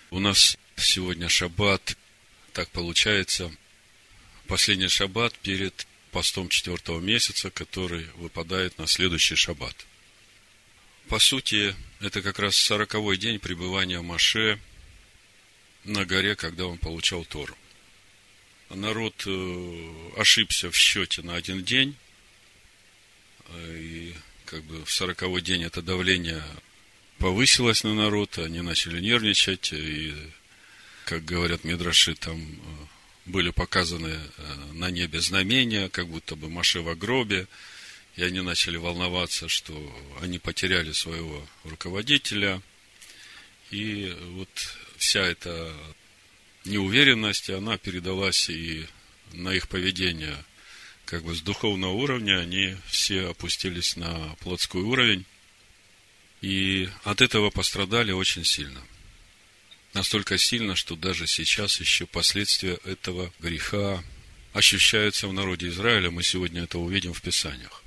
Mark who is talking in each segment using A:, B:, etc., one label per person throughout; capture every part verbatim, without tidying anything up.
A: У нас сегодня шаббат, так получается, последний шаббат перед постом четвертого месяца, который выпадает на следующий шаббат. По сути, это как раз сороковой день пребывания Моше на горе, когда он получал Тору. Народ ошибся в счете на один день, и как бы в сороковой день это давление повысилось на народ, они начали нервничать, и, как говорят мидраши, там были показаны на небе знамения, как будто бы Моше в гробе, и они начали волноваться, что они потеряли своего руководителя, и вот вся эта неуверенность, она передалась и на их поведение, как бы с духовного уровня, они все опустились на плотской уровень, и от этого пострадали очень сильно. Настолько сильно, что даже сейчас еще последствия этого греха ощущаются в народе Израиля. Мы сегодня это увидим в Писаниях.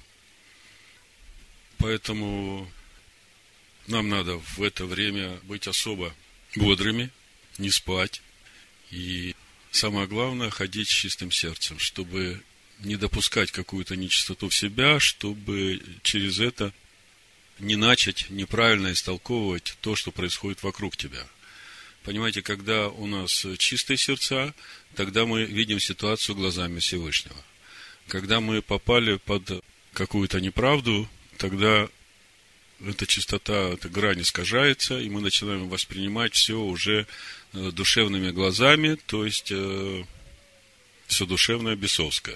A: Поэтому нам надо в это время быть особо бодрыми, не спать. И самое главное, ходить с чистым сердцем, чтобы не допускать какую-то нечистоту в себя, чтобы через это не начать неправильно истолковывать то, что происходит вокруг тебя. Понимаете, когда у нас чистые сердца, тогда мы видим ситуацию глазами Всевышнего. Когда мы попали под какую-то неправду, тогда эта чистота, эта грань искажается, и мы начинаем воспринимать все уже душевными глазами, то есть э, все душевное, бесовское.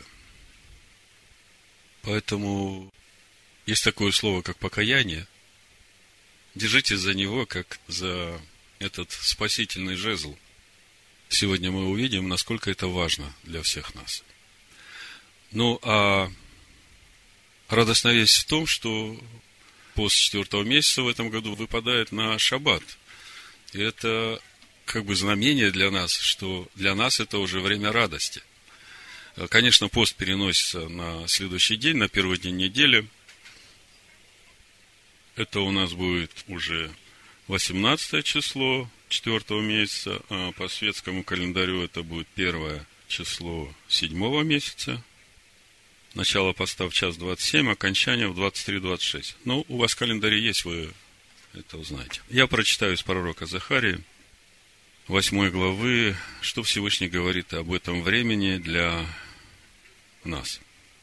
A: Поэтому есть такое слово, как покаяние. Держитесь за него, как за этот спасительный жезл. Сегодня мы увидим, насколько это важно для всех нас. Ну, а радостная весть в том, что пост четвертого месяца в этом году выпадает на шаббат. И это как бы знамение для нас, что для нас это уже время радости. Конечно, пост переносится на следующий день, на первый день недели. Это у нас будет уже восемнадцатое число четвертого месяца, а по светскому календарю это будет первое число седьмого месяца. Начало поста в час двадцать семь, окончание в двадцать три двадцать шесть. Ну, у вас в календаре есть, вы это узнаете. Я прочитаю из пророка Захарии, восьмой главы, что Всевышний говорит об этом времени для нас.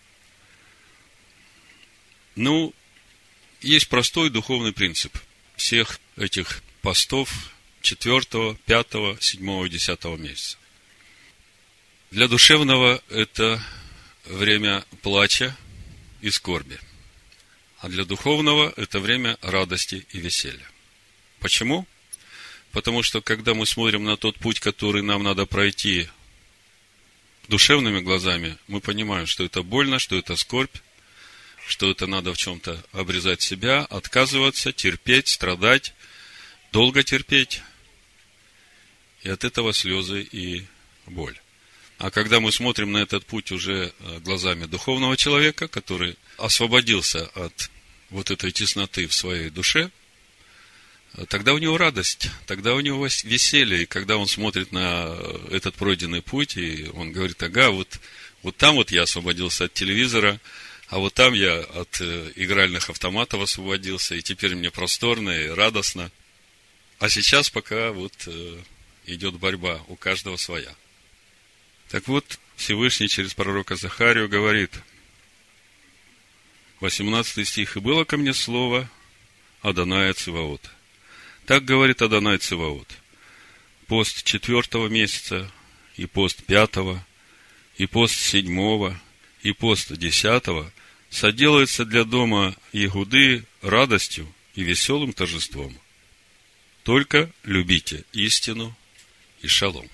A: Ну, есть простой духовный принцип всех этих постов четвертого, пятого, седьмого и десятого месяца. Для душевного это время плача и скорби, а для духовного это время радости и веселья. Почему? Потому что, когда мы смотрим на тот путь, который нам надо пройти душевными глазами, мы понимаем, что это больно, что это скорбь, что это надо в чем-то обрезать себя, отказываться, терпеть, страдать, долго терпеть. И от этого слезы и боль. А когда мы смотрим на этот путь уже глазами духовного человека, который освободился от вот этой тесноты в своей душе, тогда у него радость, тогда у него веселье. И когда он смотрит на этот пройденный путь, и он говорит: ага, вот, вот там вот я освободился от телевизора, а вот там я от игральных автоматов освободился, и теперь мне просторно и радостно. А сейчас пока вот идет борьба, у каждого своя. Так вот, Всевышний через пророка Захарию говорит, восемнадцатый стих: «И было ко мне слово Адоная Цеваота». Так говорит Адонай Цеваот: пост четвертого месяца, и пост пятого, и пост седьмого, и пост десятого соделается для дома Иуды радостью и веселым торжеством. Только любите истину и шалом.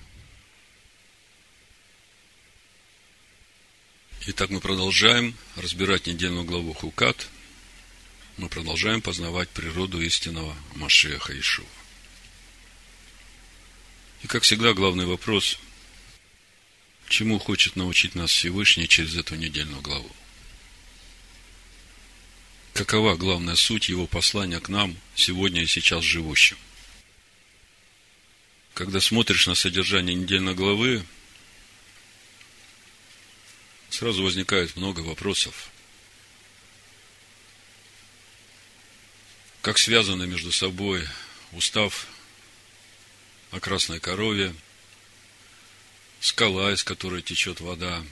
A: Итак, мы продолжаем разбирать недельную главу Хукат. Мы продолжаем познавать природу истинного Машиаха Иешуа. И, как всегда, главный вопрос: чему хочет научить нас Всевышний через эту недельную главу? Какова главная суть его послания к нам, сегодня и сейчас живущим? Когда смотришь на содержание недельной главы, сразу возникает много вопросов. Как связаны между собой устав о красной корове, скала, из которой течет вода,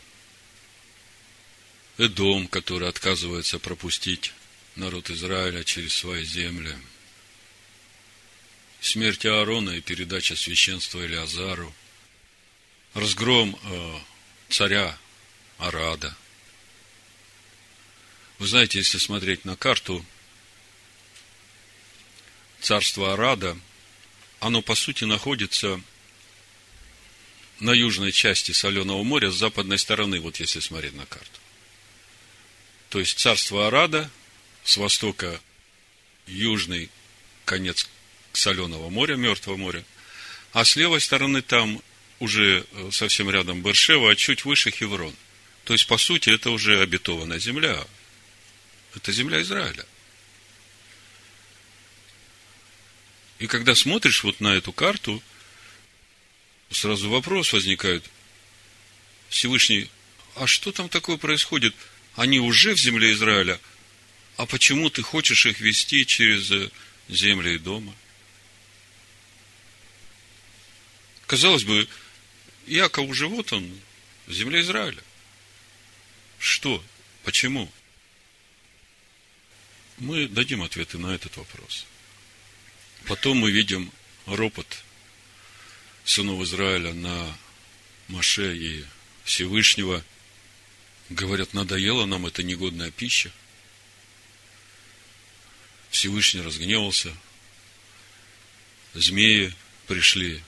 A: Эдом, который отказывается пропустить народ Израиля через свои земли, смерть Аарона и передача священства Элиазару, разгром э, царя Арада. Вы знаете, если смотреть на карту, царство Арада, оно по сути находится на южной части Соленого моря с западной стороны, вот если смотреть на карту. То есть царство Арада, с востока южный конец Соленого моря, Мертвого моря, а с левой стороны там уже совсем рядом Бершева, а чуть выше Хеврон. То есть, по сути, это уже обетованная земля. Это земля Израиля. И когда смотришь вот на эту карту, сразу вопрос возникает. Всевышний, а что там такое происходит? Они уже в земле Израиля, а почему ты хочешь их вести через земли Эдома? Казалось бы, Иаков уже вот он, в земле Израиля. Что? Почему? Мы дадим ответы на этот вопрос. Потом мы видим ропот сынов Израиля на Моше и Всевышнего. Говорят, надоела нам эта негодная пища. Всевышний разгневался. Змеи пришли.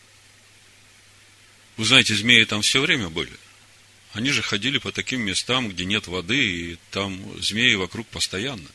A: Вы знаете, змеи там все время были. Они же ходили по таким местам, где нет воды, и там змеи вокруг постоянно.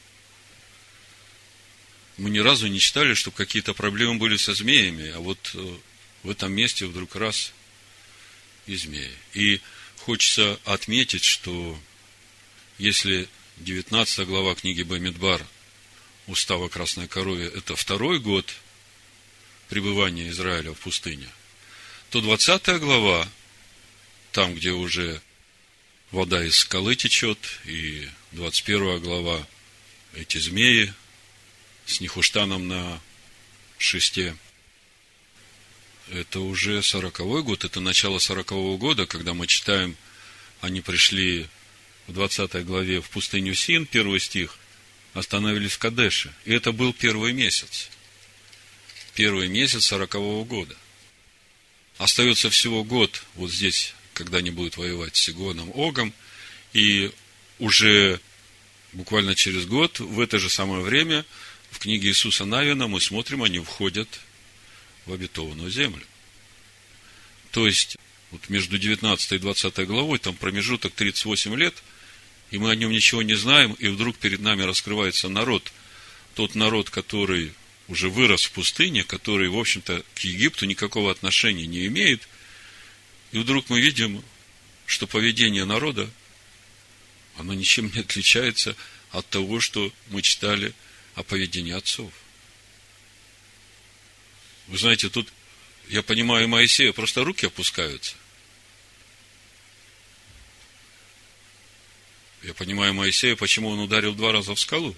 A: Мы ни разу не читали, чтобы какие-то проблемы были со змеями, а вот в этом месте вдруг раз и змеи. И хочется отметить, что если девятнадцатая глава книги Бамидбар, устава о красной корове, это второй год пребывания Израиля в пустыне, то двадцатая глава, там, где уже вода из скалы течет, и двадцать первая глава, эти змеи с Нехуштаном на шесте, это уже сороковой год, это начало сорокового года, когда мы читаем, они пришли в двадцатой главе в пустыню Син, первый стих, остановились в Кадеше. И это был первый месяц. Первый месяц сорокового года. Остается всего год вот здесь, когда они будут воевать с Сигоном, Огом, и уже буквально через год, в это же самое время, в книге Иисуса Навина мы смотрим, они входят в обетованную землю. То есть, вот между девятнадцатой и двадцатой главой, там промежуток тридцать восемь лет, и мы о нем ничего не знаем, и вдруг перед нами раскрывается народ, тот народ, который уже вырос в пустыне, который, в общем-то, к Египту никакого отношения не имеет, и вдруг мы видим, что поведение народа, оно ничем не отличается от того, что мы читали о поведении отцов. Вы знаете, тут, я понимаю, Моисея просто руки опускаются. Я понимаю Моисея, почему он ударил два раза в скалу.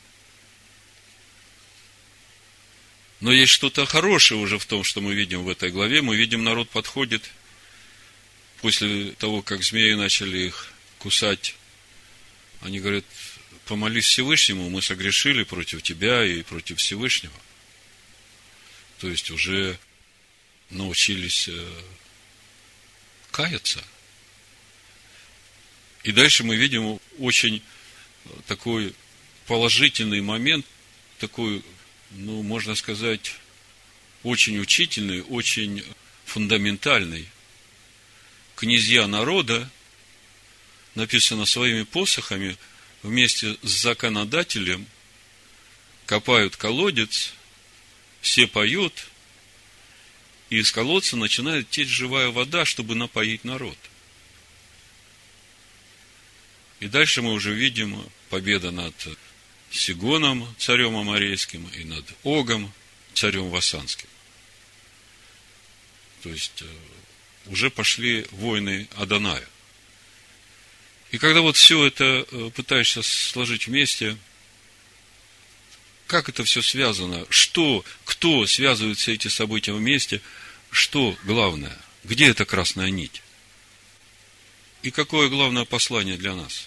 A: Но есть что-то хорошее уже в том, что мы видим в этой главе. Мы видим, народ подходит после того, как змеи начали их кусать. Они говорят, помолись Всевышнему, мы согрешили против тебя и против Всевышнего. То есть уже научились каяться. И дальше мы видим очень такой положительный момент, такой, ну, можно сказать, очень учительный, очень фундаментальный. Князья народа, написано, своими посохами вместе с законодателем копают колодец, все поют, и из колодца начинает течь живая вода, чтобы напоить народ. И дальше мы уже видим победа над Сигоном, царем Аморейским, и над Огом, царем Васанским. То есть, уже пошли войны Адоная. И когда вот все это пытаешься сложить вместе, как это все связано? Что, кто связывает все эти события вместе? Что главное? Где эта красная нить? И какое главное послание для нас?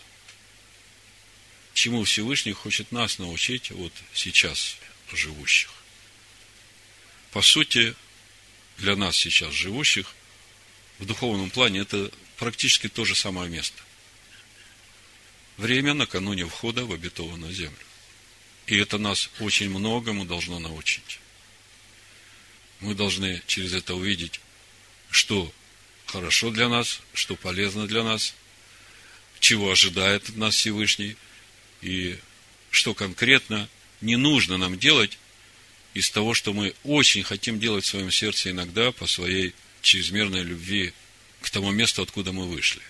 A: Чему Всевышний хочет нас научить вот сейчас живущих? По сути, для нас сейчас живущих в духовном плане это практически то же самое место. Время накануне входа в обетованную землю. И это нас очень многому должно научить. Мы должны через это увидеть, что хорошо для нас, что полезно для нас, чего ожидает от нас Всевышний, и что конкретно не нужно нам делать из того, что мы очень хотим делать в своем сердце иногда по своей чрезмерной любви к тому месту, откуда мы вышли.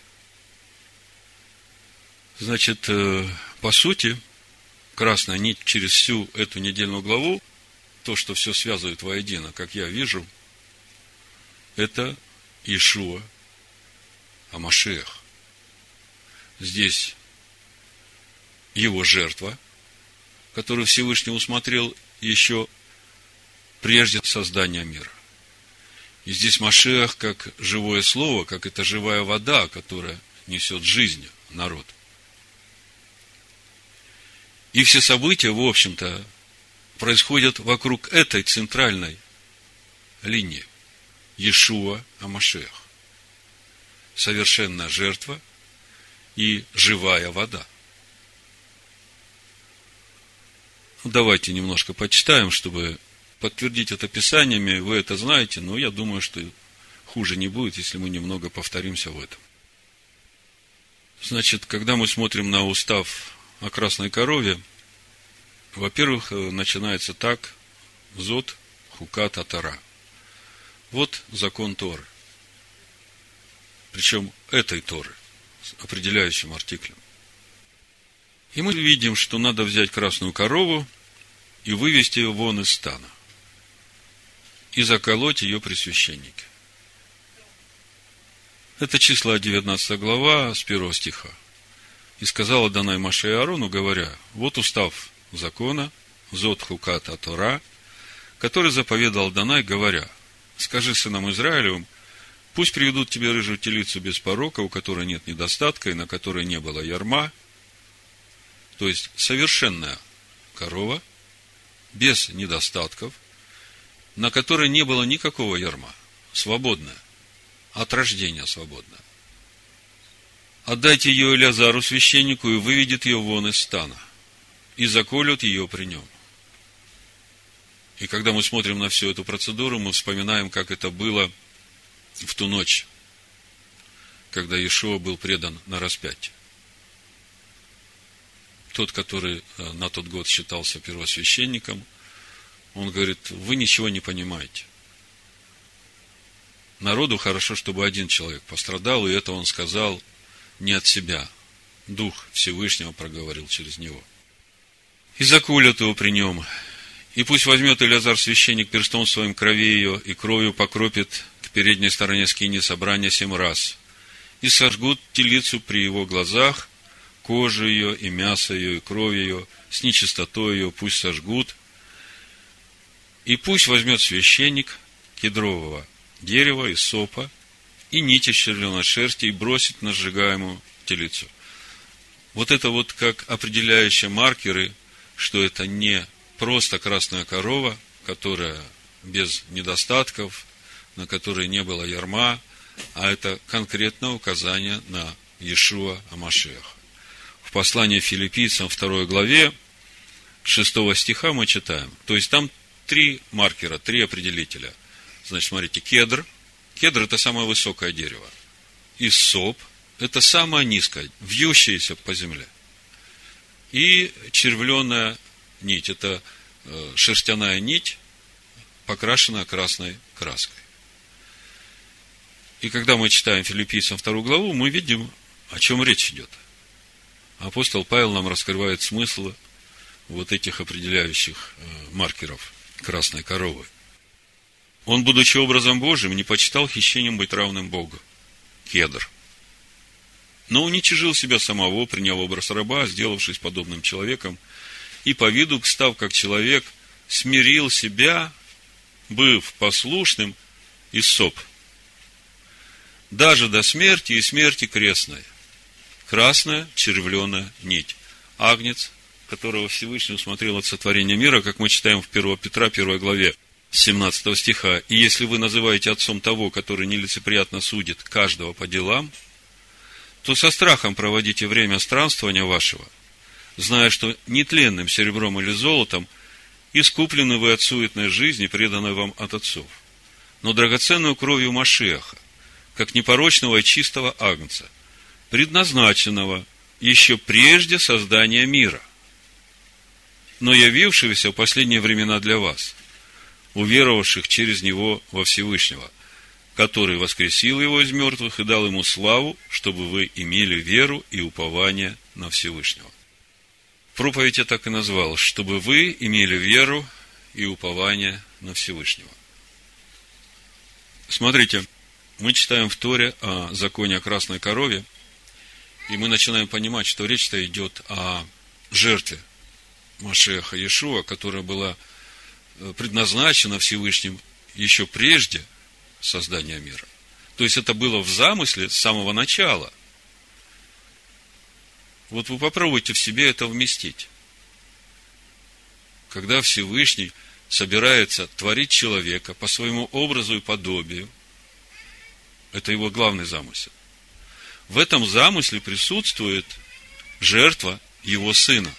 A: Значит, по сути, красная нить через всю эту недельную главу, то, что все связывает воедино, как я вижу, это Иешуа ха-Машиах. Здесь его жертва, которую Всевышний усмотрел еще прежде создания мира. И здесь Машиах как живое слово, как это живая вода, которая несет жизнь народ. И все события, в общем-то, происходят вокруг этой центральной линии. Иешуа ха-Машиах. Совершенная жертва и живая вода. Ну, давайте немножко почитаем, чтобы подтвердить это писаниями. Вы это знаете, но я думаю, что хуже не будет, если мы немного повторимся в этом. Значит, когда мы смотрим на устав о красной корове, во-первых, начинается так: Зот Хукат Атара. Вот закон Торы. Причем этой Торы, с определяющим артиклем. И мы видим, что надо взять красную корову и вывести ее вон из стана. И заколоть ее при священнике. Это числа девятнадцатая глава, с первого стиха. И сказал Адонай Моше и Аарону, говоря: вот устав закона, Зот Хукат Атора, который заповедал Адонай, говоря: скажи сынам Израилевым, пусть приведут тебе рыжую телицу без порока, у которой нет недостатка, и на которой не было ярма. То есть, совершенная корова, без недостатков, на которой не было никакого ярма, свободная, от рождения свободная. Отдайте ее Элиазару, священнику, и выведет ее вон из стана, и заколют ее при нем. И когда мы смотрим на всю эту процедуру, мы вспоминаем, как это было в ту ночь, когда Иешуа был предан на распятие. Тот, который на тот год считался первосвященником, он говорит: вы ничего не понимаете. Народу хорошо, чтобы один человек пострадал, и это он сказал не от себя. Дух Всевышнего проговорил через него. И заколют его при нем. И пусть возьмет Элиазар священник перстом своим крови ее, и кровью покропит к передней стороне скинии собрания семь раз. И сожгут телицу при его глазах, кожу ее, и мясо ее, и кровь ее, с нечистотой ее пусть сожгут. И пусть возьмет священник кедрового дерева и сопа, и нить из червленой шерсти, и бросит на сжигаемую телицу. Вот это вот как определяющие маркеры, что это не просто красная корова, которая без недостатков, на которой не было ярма, а это конкретное указание на Иешуа ха-Машиаха. В послании Филиппийцам второй главе шестого стиха мы читаем. То есть там три маркера, три определителя. Значит, смотрите, кедр. Кедр – это самое высокое дерево. И соп – это самое низкое, вьющееся по земле. И червленая нить – это шерстяная нить, покрашенная красной краской. И когда мы читаем Филиппийцам вторую главу, мы видим, о чем речь идет. Апостол Павел нам раскрывает смысл вот этих определяющих маркеров красной коровы. Он, будучи образом Божьим, не почитал хищением быть равным Богу. Кедр. Но уничижил себя самого, приняв образ раба, сделавшись подобным человеком, и по виду, став как человек, смирил себя, быв послушным, иссоп. Даже до смерти и смерти крестной. Красная червленая нить. Агнец, которого Всевышний усмотрел от сотворения мира, как мы читаем в первое Петра, первой главе, семнадцатого стиха. И если вы называете отцом того, который нелицеприятно судит каждого по делам, то со страхом проводите время странствования вашего, зная, что нетленным серебром или золотом искуплены вы от суетной жизни, преданной вам от отцов, но драгоценную кровью Машиаха, как непорочного и чистого агнца, предназначенного еще прежде создания мира, но явившегося в последние времена для вас, уверовавших через Него во Всевышнего, который воскресил Его из мертвых и дал Ему славу, чтобы вы имели веру и упование на Всевышнего. Проповедь я так и назвал, чтобы вы имели веру и упование на Всевышнего. Смотрите, мы читаем в Торе о законе о красной корове, и мы начинаем понимать, что речь-то идет о жертве Машиаха Иешуа, которая была предназначена Всевышним еще прежде создания мира. То есть это было в замысле с самого начала. Вот вы попробуйте в себе это вместить. Когда Всевышний собирается творить человека по своему образу и подобию, это его главный замысел. В этом замысле присутствует жертва его сына.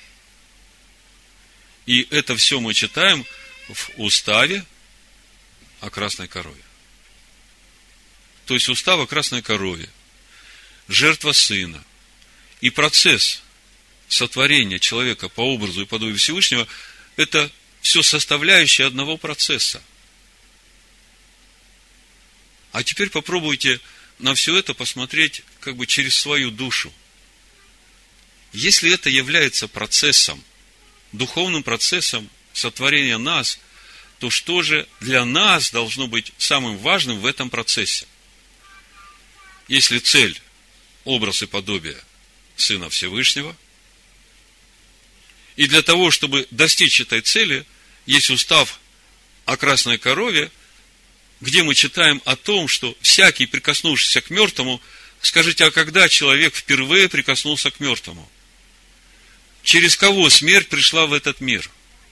A: И это все мы читаем в уставе о красной корове. То есть устав о красной корове, жертва сына и процесс сотворения человека по образу и подобию Всевышнего – это все составляющие одного процесса. А теперь попробуйте на все это посмотреть как бы через свою душу. Если это является процессом, духовным процессом сотворения нас, то что же для нас должно быть самым важным в этом процессе? Если цель – образ и подобие Сына Всевышнего, и для того, чтобы достичь этой цели, есть устав о красной корове, где мы читаем о том, что всякий, прикоснувшийся к мертвому, скажите, а когда человек впервые прикоснулся к мертвому? Через кого смерть пришла в этот мир?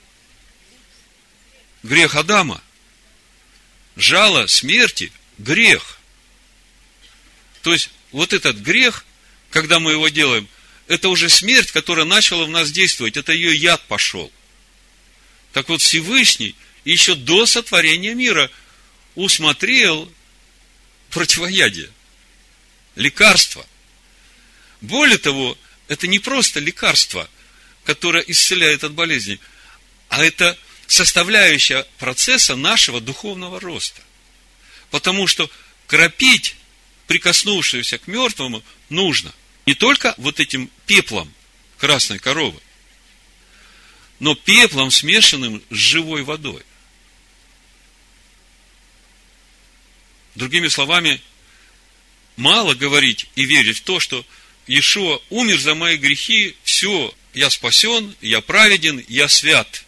A: Грех Адама. Жало смерти – грех. То есть, вот этот грех, когда мы его делаем, это уже смерть, которая начала в нас действовать. Это ее яд пошел. Так вот, Всевышний еще до сотворения мира усмотрел противоядие, лекарство. Более того, это не просто лекарство, которое исцеляет от болезни, а это составляющая процесса нашего духовного роста. Потому что кропить прикоснувшегося к мертвому нужно не только вот этим пеплом красной коровы, но пеплом, смешанным с живой водой. Другими словами, мало говорить и верить в то, что Иешуа умер за мои грехи, все, я спасен, я праведен, я свят.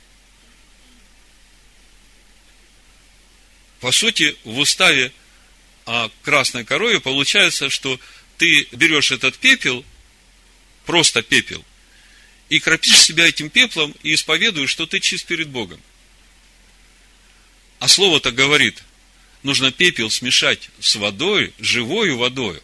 A: По сути, в уставе о красной корове получается, что ты берешь этот пепел, просто пепел, и кропишь себя этим пеплом и исповедуешь, что ты чист перед Богом. А слово-то говорит, нужно пепел смешать с водой, живою водой.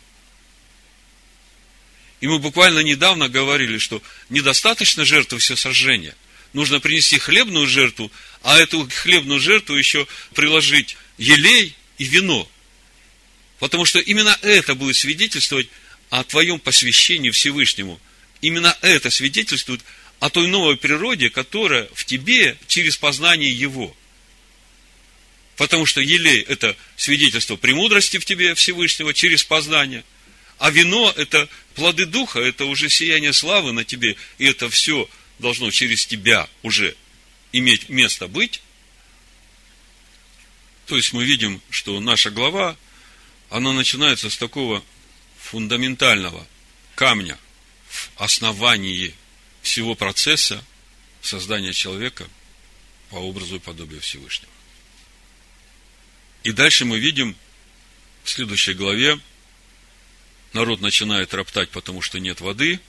A: И мы буквально недавно говорили, что недостаточно жертвы всесожжения. Нужно принести хлебную жертву, а эту хлебную жертву еще приложить елей и вино. Потому что именно это будет свидетельствовать о твоем посвящении Всевышнему. Именно это свидетельствует о той новой природе, которая в тебе через познание Его. Потому что елей – это свидетельство премудрости в тебе Всевышнего через познание. А вино – это плоды Духа, это уже сияние славы на тебе. И это все должно через тебя уже иметь место быть. То есть мы видим, что наша глава, она начинается с такого фундаментального камня в основании всего процесса создания человека по образу и подобию Всевышнего. И дальше мы видим в следующей главе, народ начинает роптать, потому что нет воды,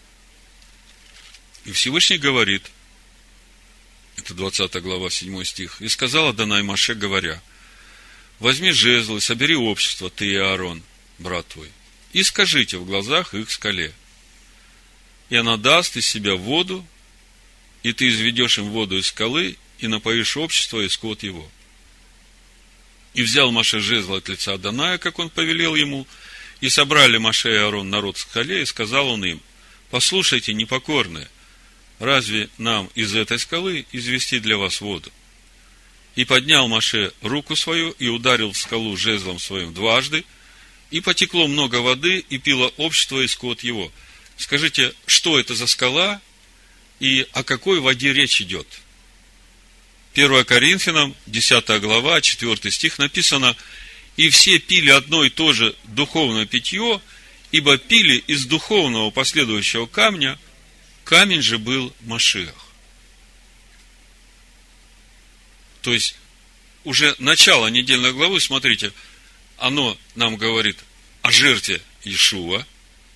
A: и Всевышний говорит, это двадцатая глава, седьмой стих, «И сказал Адонай Моше, говоря, возьми жезл и собери общество, ты и Аарон, брат твой, и скажите в глазах их скале, и она даст из себя воду, и ты изведешь им воду из скалы, и напоишь общество и скот его». И взял Моше жезл от лица Адоная, как он повелел ему, и собрали Моше и Аарон народ в скале, и сказал он им, послушайте, непокорные, разве нам из этой скалы извести для вас воду? И поднял Моше руку свою, и ударил в скалу жезлом своим дважды, и потекло много воды, и пило общество и скот его. Скажите, что это за скала, и о какой воде речь идет? первое Коринфянам, десятая глава, четвёртый стих написано, «И все пили одно и то же духовное питье, ибо пили из духовного последующего камня, камень же был Машиах». То есть, уже начало недельной главы, смотрите, оно нам говорит о жертве Иешуа,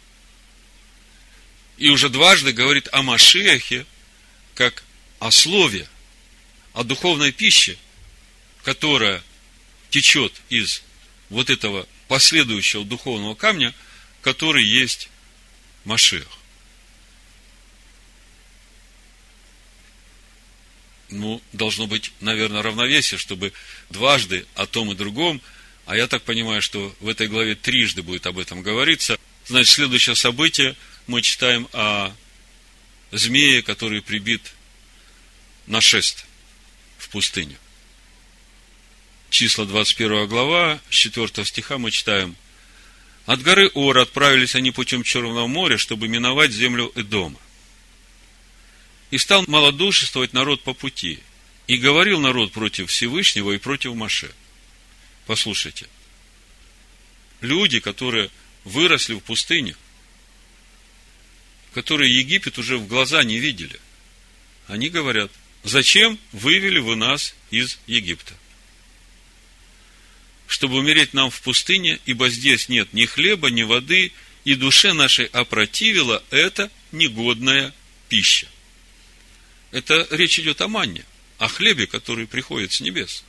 A: и уже дважды говорит о Машиахе, как о слове, о духовной пище, которая течет из вот этого последующего духовного камня, который есть Машиах. Ну, должно быть, наверное, равновесие, чтобы дважды о том и другом, а я так понимаю, что в этой главе трижды будет об этом говориться. Значит, следующее событие мы читаем о змее, который прибит на шест в пустыне. Числа двадцать первая глава, с четвёртого стиха мы читаем: «От горы Ор отправились они путем Черного моря, чтобы миновать землю Эдома. И стал малодушествовать народ по пути, и говорил народ против Всевышнего и против Моше». Послушайте, люди, которые выросли в пустыне, которые Египет уже в глаза не видели, они говорят: зачем вывели вы нас из Египта? Чтобы умереть нам в пустыне, ибо здесь нет ни хлеба, ни воды, и душе нашей опротивила эта негодная пища. Это речь идет о манне, о хлебе, который приходит с небес.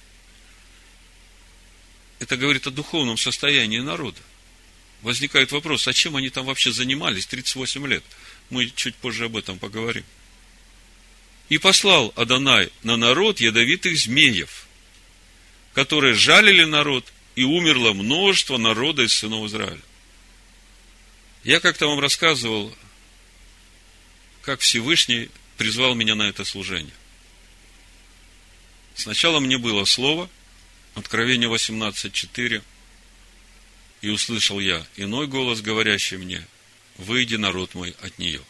A: Это говорит о духовном состоянии народа. Возникает вопрос, а чем они там вообще занимались тридцать восемь лет? Мы чуть позже об этом поговорим. «И послал Адонай на народ ядовитых змеев, которые жалили народ, и умерло множество народа из сынов Израиля». Я как-то вам рассказывал, как Всевышний призвал меня на это служение. Сначала мне было слово, Откровение восемнадцать четыре, и услышал я иной голос, говорящий мне: «Выйди, народ мой, от нее».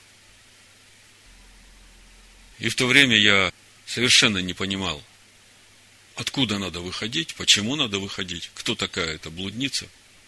A: И в то время я совершенно не понимал, откуда надо выходить, почему надо выходить, кто такая эта блудница.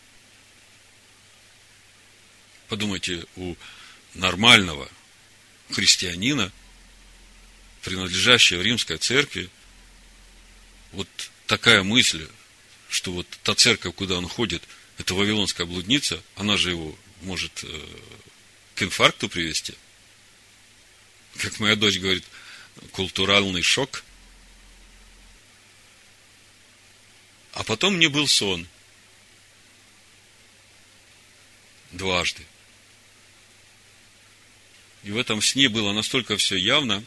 A: Подумайте, у нормального христианина, принадлежащего Римской церкви, вот такая мысль, что вот та церковь, куда он ходит, это вавилонская блудница, она же его может э, к инфаркту привести. Как моя дочь говорит, культуральный шок. А потом мне был сон. Дважды. И в этом сне было настолько все явно,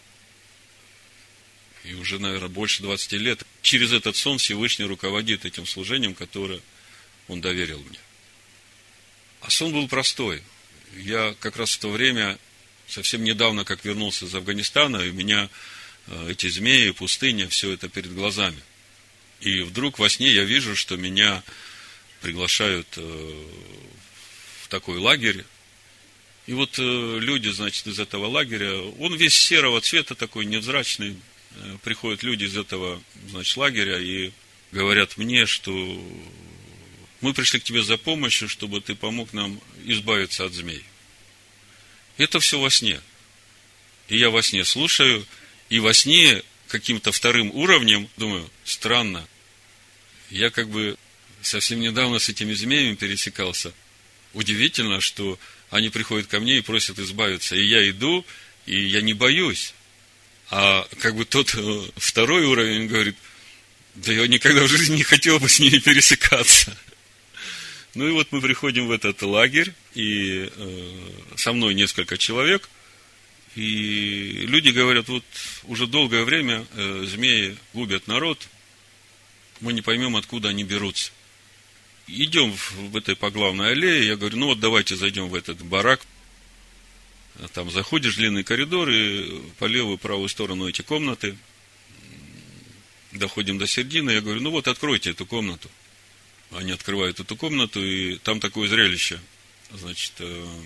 A: и уже, наверное, больше двадцати лет, через этот сон Всевышний руководит этим служением, которое Он доверил мне. А сон был простой. Я как раз в то время, совсем недавно, как вернулся из Афганистана, и у меня эти змеи, пустыня, все это перед глазами. И вдруг во сне я вижу, что меня приглашают в такой лагерь. И вот люди, значит, из этого лагеря, он весь серого цвета такой, невзрачный. Приходят люди из этого, значит, лагеря и говорят мне, что мы пришли к тебе за помощью, чтобы ты помог нам избавиться от змей. Это все во сне. И я во сне слушаю, и во сне каким-то вторым уровнем думаю, странно. Я как бы совсем недавно с этими змеями пересекался. Удивительно, что они приходят ко мне и просят избавиться. И я иду, и я не боюсь. А как бы тот второй уровень говорит, да я никогда в жизни не хотел бы с ними пересекаться. Ну и вот мы приходим в этот лагерь, и э, со мной несколько человек, и люди говорят, вот уже долгое время э, змеи губят народ, мы не поймем, откуда они берутся. Идем в, в этой поглавной аллее, я говорю, ну вот давайте зайдем в этот барак. Там заходишь в длинный коридор, и по левую и правую сторону эти комнаты. Доходим до середины, я говорю, ну вот откройте эту комнату. Они открывают эту комнату, и там такое зрелище. Значит, э,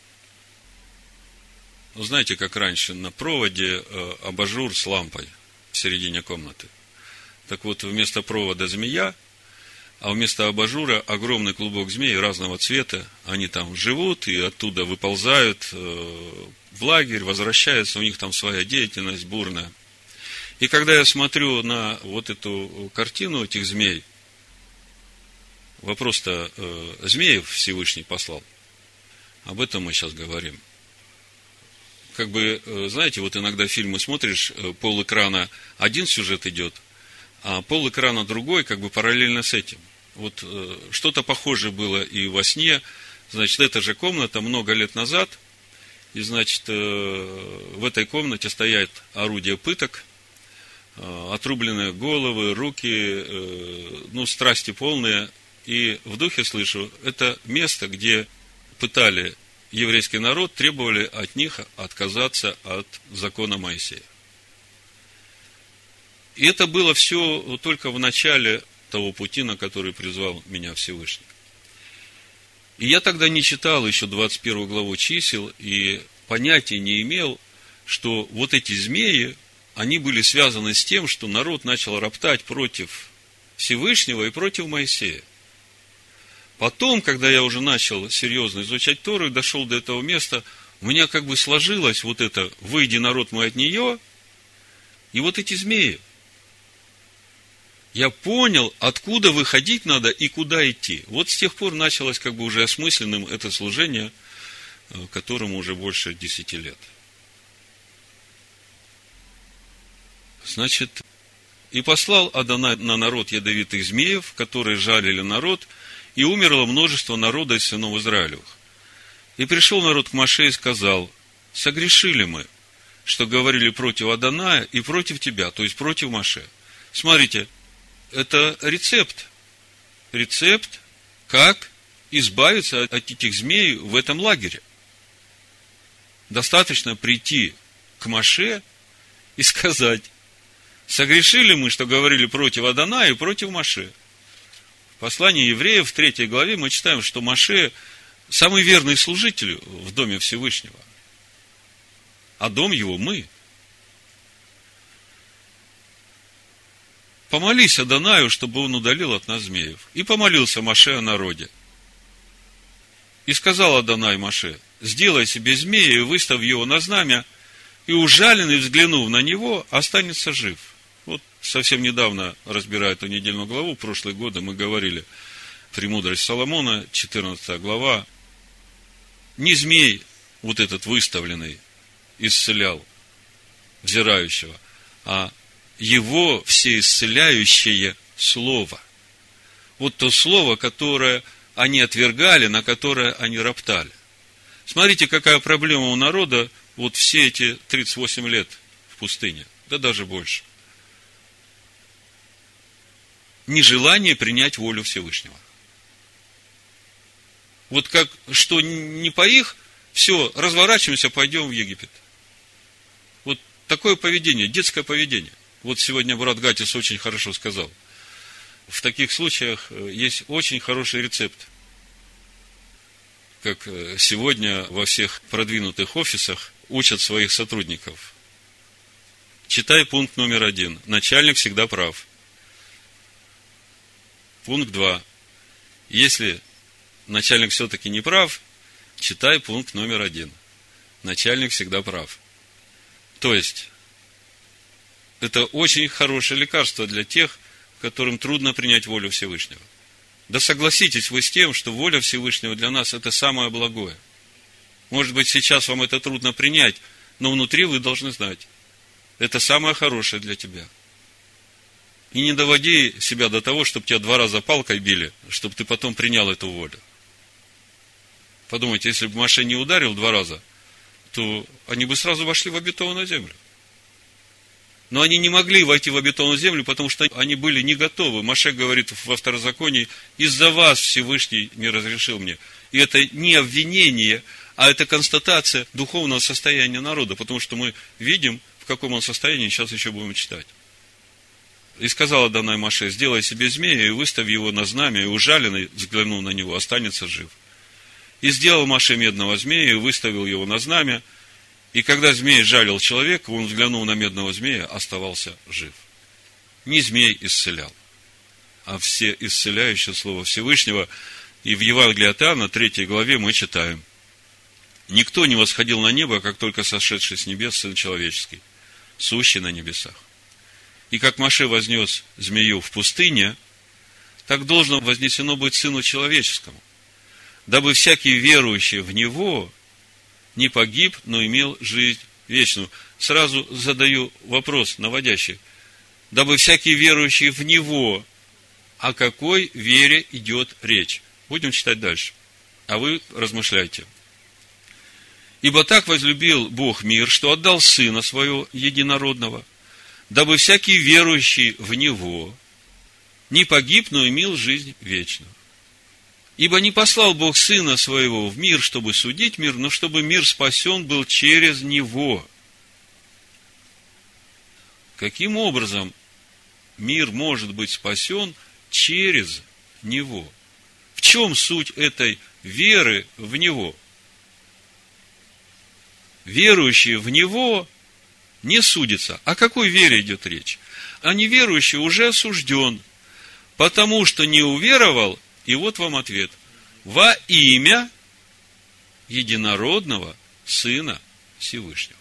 A: знаете, как раньше на проводе э, абажур с лампой в середине комнаты. Так вот, вместо провода змея, а вместо абажура огромный клубок змей разного цвета. Они там живут и оттуда выползают э, в лагерь, возвращаются, у них там своя деятельность бурная. И когда я смотрю на вот эту картину этих змей, вопрос-то э, змеев Всевышний послал. Об этом мы сейчас говорим. Как бы, э, знаете, вот иногда фильмы смотришь, э, полэкрана один сюжет идет, а полэкрана другой, как бы параллельно с этим. Вот э, что-то похожее было и во сне. Значит, эта же комната много лет назад, и, значит, э, в этой комнате стоят орудия пыток, э, отрубленные головы, руки, э, ну, страсти полные. И в духе слышу, это место, где пытали еврейский народ, требовали от них отказаться от закона Моисея. И это было все только в начале того пути, на который призвал меня Всевышний. И я тогда не читал еще двадцать первую главу чисел, и понятия не имел, что вот эти змеи, они были связаны с тем, что народ начал роптать против Всевышнего и против Моисея. Потом, когда я уже начал серьезно изучать Тору и дошел до этого места, у меня как бы сложилось вот это «выйди, народ мой, от нее», и вот эти змеи. Я понял, откуда выходить надо и куда идти. Вот с тех пор началось как бы уже осмысленным это служение, которому уже больше десяти лет. Значит, и послал Адонай на народ ядовитых змеев, которые жалили народ, и умерло множество народа из сынов Израилевых. И пришел народ к Моше и сказал, согрешили мы, что говорили против Адоная и против тебя, то есть против Моше. Смотрите, это рецепт. Рецепт, как избавиться от этих змей в этом лагере. Достаточно прийти к Моше и сказать, согрешили мы, что говорили против Адоная и против Моше. В послании евреев в третьей главе мы читаем, что Моше самый верный служитель в доме Всевышнего. А дом его мы. Помолись Адонаю, чтобы он удалил от нас змеев. И помолился Моше о народе. И сказал Адонай Моше, сделай себе змея и выставь его на знамя, и ужаленный, взглянув на него, останется жив. Вот совсем недавно, разбирая эту недельную главу, в прошлые годы мы говорили, «Премудрость Соломона», четырнадцатая глава, не змей вот этот выставленный исцелял взирающего, а его всеисцеляющее слово. Вот то слово, которое они отвергали, на которое они роптали. Смотрите, какая проблема у народа вот все эти тридцать восемь лет в пустыне, да даже больше. Нежелание принять волю Всевышнего. Вот как, что не по их, все, разворачиваемся, пойдем в Египет. Вот такое поведение, детское поведение. Вот сегодня брат Гатис очень хорошо сказал. В таких случаях есть очень хороший рецепт. Как сегодня во всех продвинутых офисах учат своих сотрудников. Читай пункт номер один. Начальник всегда прав. Пункт два. Если начальник все-таки не прав, читай пункт номер один. Начальник всегда прав. То есть, это очень хорошее лекарство для тех, которым трудно принять волю Всевышнего. Да согласитесь вы с тем, что воля Всевышнего для нас – это самое благое. Может быть, сейчас вам это трудно принять, но внутри вы должны знать, это самое хорошее для тебя. И не доводи себя до того, чтобы тебя два раза палкой били, чтобы ты потом принял эту волю. Подумайте, если бы Моше не ударил два раза, то они бы сразу вошли в обетованную землю. Но они не могли войти в обетованную землю, потому что они были не готовы. Моше говорит во Второзаконии: из-за вас Всевышний не разрешил мне. И это не обвинение, а это констатация духовного состояния народа, потому что мы видим, в каком он состоянии, сейчас еще будем читать. И сказал Адонай Моше: сделай себе змея и выставь его на знамя, и ужаленный, взглянув на него, останется жив. И сделал Моше медного змея и выставил его на знамя. И когда змей жалил человека, он, взглянув на медного змея, оставался жив. Не змей исцелял, а все исцеляющее слово Всевышнего. И в Евангелии от Иоанна, третьей главе, мы читаем: никто не восходил на небо, как только сошедший с небес Сын Человеческий, сущий на небесах. И как Моше вознес змею в пустыне, так должно вознесено быть Сыну Человеческому, дабы всякий верующий в Него не погиб, но имел жизнь вечную. Сразу задаю вопрос наводящий. Дабы всякий верующий в Него, о какой вере идет речь? Будем читать дальше. А вы размышляйте. Ибо так возлюбил Бог мир, что отдал Сына Своего Единородного, дабы всякий верующий в Него не погиб, но имел жизнь вечную. Ибо не послал Бог Сына Своего в мир, чтобы судить мир, но чтобы мир спасен был через Него. Каким образом мир может быть спасен через Него? В чем суть этой веры в Него? Верующий в Него не судится. О какой вере идет речь? А неверующий уже осужден, потому что не уверовал. И вот вам ответ. Во имя единородного Сына Всевышнего.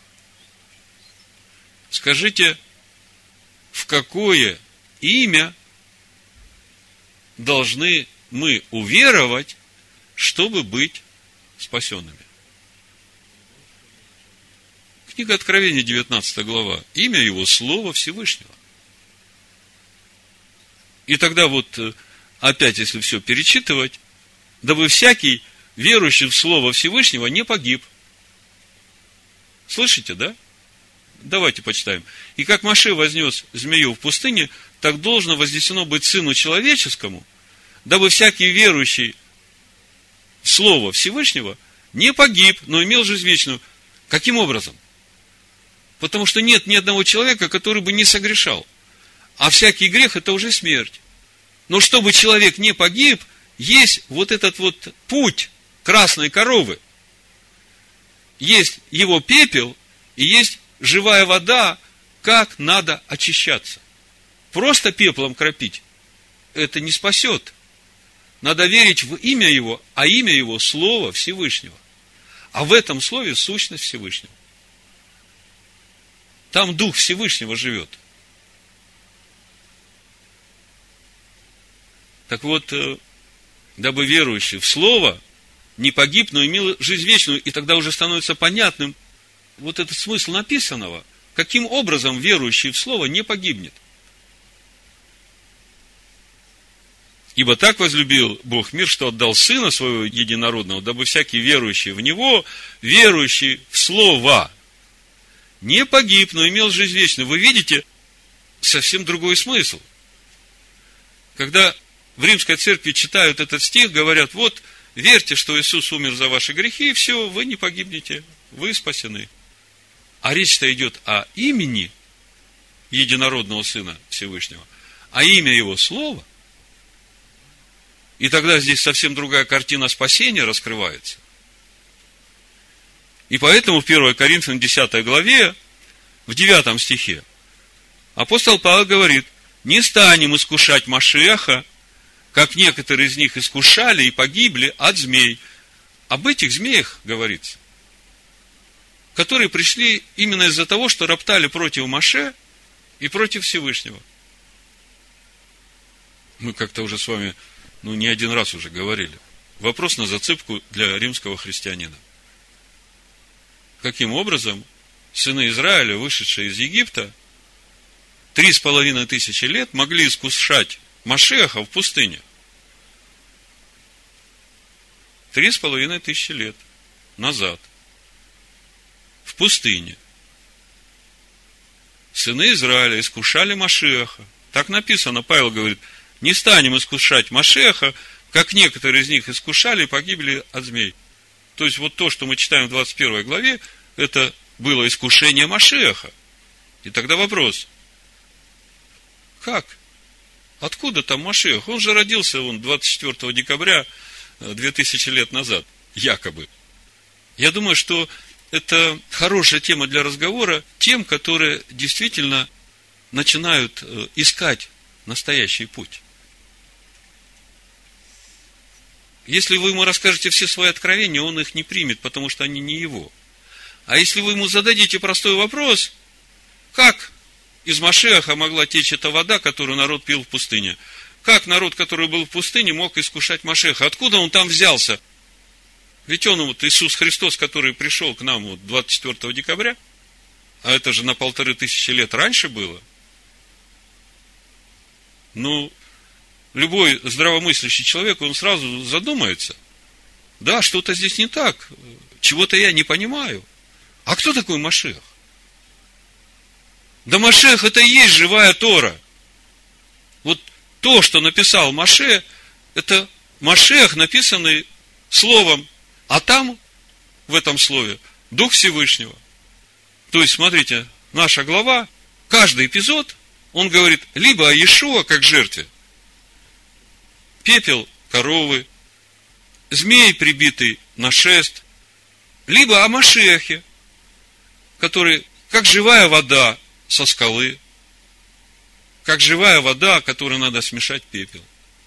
A: Скажите, в какое имя должны мы уверовать, чтобы быть спасенными? Книга Откровения, девятнадцатая глава. Имя его — Слово Всевышнего. И тогда вот опять, если все перечитывать, дабы всякий, верующий в Слово Всевышнего, не погиб. Слышите, да? Давайте почитаем. И как Моше вознес змею в пустыне, так должно вознесено быть Сыну Человеческому, дабы всякий верующий в Слово Всевышнего не погиб, но имел жизнь вечную. Каким образом? Потому что нет ни одного человека, который бы не согрешал. А всякий грех — это уже смерть. Но чтобы человек не погиб, есть вот этот вот путь красной коровы. Есть его пепел и есть живая вода, как надо очищаться. Просто пеплом кропить — это не спасет. Надо верить в имя его, а имя его — Слово Всевышнего. А в этом слове сущность Всевышнего. Там Дух Всевышнего живет. Так вот, дабы верующий в Слово не погиб, но имел жизнь вечную, и тогда уже становится понятным вот этот смысл написанного. Каким образом верующий в Слово не погибнет? Ибо так возлюбил Бог мир, что отдал Сына Своего Единородного, дабы всякий верующий в Него, верующий в Слово, не погиб, но имел жизнь вечную. Вы видите совсем другой смысл. Когда в Римской церкви читают этот стих, говорят: вот, верьте, что Иисус умер за ваши грехи, и все, вы не погибнете, вы спасены. А речь-то идет о имени Единородного Сына Всевышнего, а имя Его — Слово. И тогда здесь совсем другая картина спасения раскрывается. И поэтому в первой Коринфянам десятой главе, в девятом стихе, апостол Павел говорит: не станем искушать Машиаха, как некоторые из них искушали и погибли от змей. Об этих змеях говорится, которые пришли именно из-за того, что роптали против Моше и против Всевышнего. Мы как-то уже с вами, ну, не один раз уже говорили. Вопрос на зацепку для римского христианина. Каким образом сыны Израиля, вышедшие из Египта, три с половиной тысячи лет могли искушать Машиаха в пустыне? Три с половиной тысячи лет назад. В пустыне. Сыны Израиля искушали Машиаха. Так написано, Павел говорит, не станем искушать Машиаха, как некоторые из них искушали и погибли от змей. То есть, вот то, что мы читаем в двадцать первой главе, это было искушение Машиаха. И тогда вопрос, как? Откуда там Машиах? Он же родился он двадцать четвёртого декабря две тысячи лет назад, якобы. Я думаю, что это хорошая тема для разговора тем, которые действительно начинают искать настоящий путь. Если вы ему расскажете все свои откровения, он их не примет, потому что они не его. А если вы ему зададите простой вопрос, как из Машиаха могла течь эта вода, которую народ пил в пустыне? Как народ, который был в пустыне, мог искушать Машиаха? Откуда он там взялся? Ведь он, вот Иисус Христос, который пришел к нам вот двадцать четвёртого декабря, а это же на полторы тысячи лет раньше было. Ну, любой здравомыслящий человек, он сразу задумается. Да, что-то здесь не так. Чего-то я не понимаю. А кто такой Машиах? Да Машиах это и есть живая Тора. Вот то, что написал Моше, это Машиах, написанный словом. А там, в этом слове, Дух Всевышнего. То есть, смотрите, наша глава, каждый эпизод, он говорит либо о Иешуа, как жертве, пепел коровы, змей, прибитый на шест, либо о Машиахе, который, как живая вода со скалы, как живая вода, которой надо смешать пепел.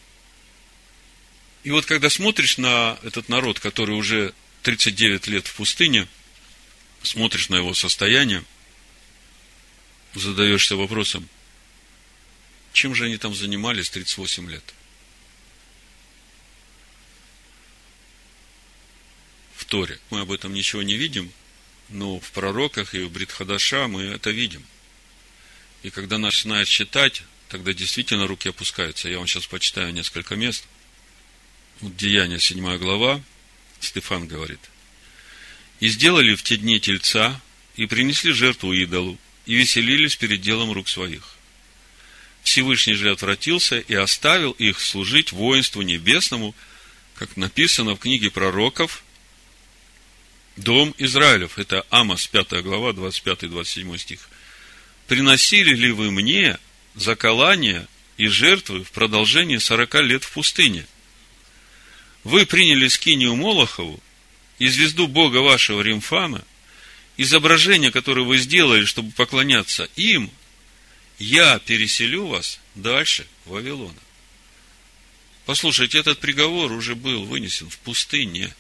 A: И вот когда смотришь на этот народ, который уже тридцать девять лет в пустыне, смотришь на его состояние, задаешься вопросом, чем же они там занимались тридцать восемь лет? В Торе мы об этом ничего не видим, но в пророках и в Брит Хадаша мы это видим. И когда начинает читать, тогда действительно руки опускаются. Я вам сейчас почитаю несколько мест. Вот Деяния, седьмая глава, Стефан говорит. «И сделали в те дни тельца, и принесли жертву идолу, и веселились перед делом рук своих. Всевышний же отвратился и оставил их служить воинству небесному, как написано в книге пророков, Дом Израилев». Это Амос, пятая глава, двадцать пятый двадцать седьмой стих. «Приносили ли вы мне заколания и жертвы в продолжении сорока лет в пустыне? Вы приняли скинию Молохову и звезду Бога вашего Римфана, изображение, которое вы сделали, чтобы поклоняться им, я переселю вас дальше в Вавилон». Послушайте, этот приговор уже был вынесен в пустыне.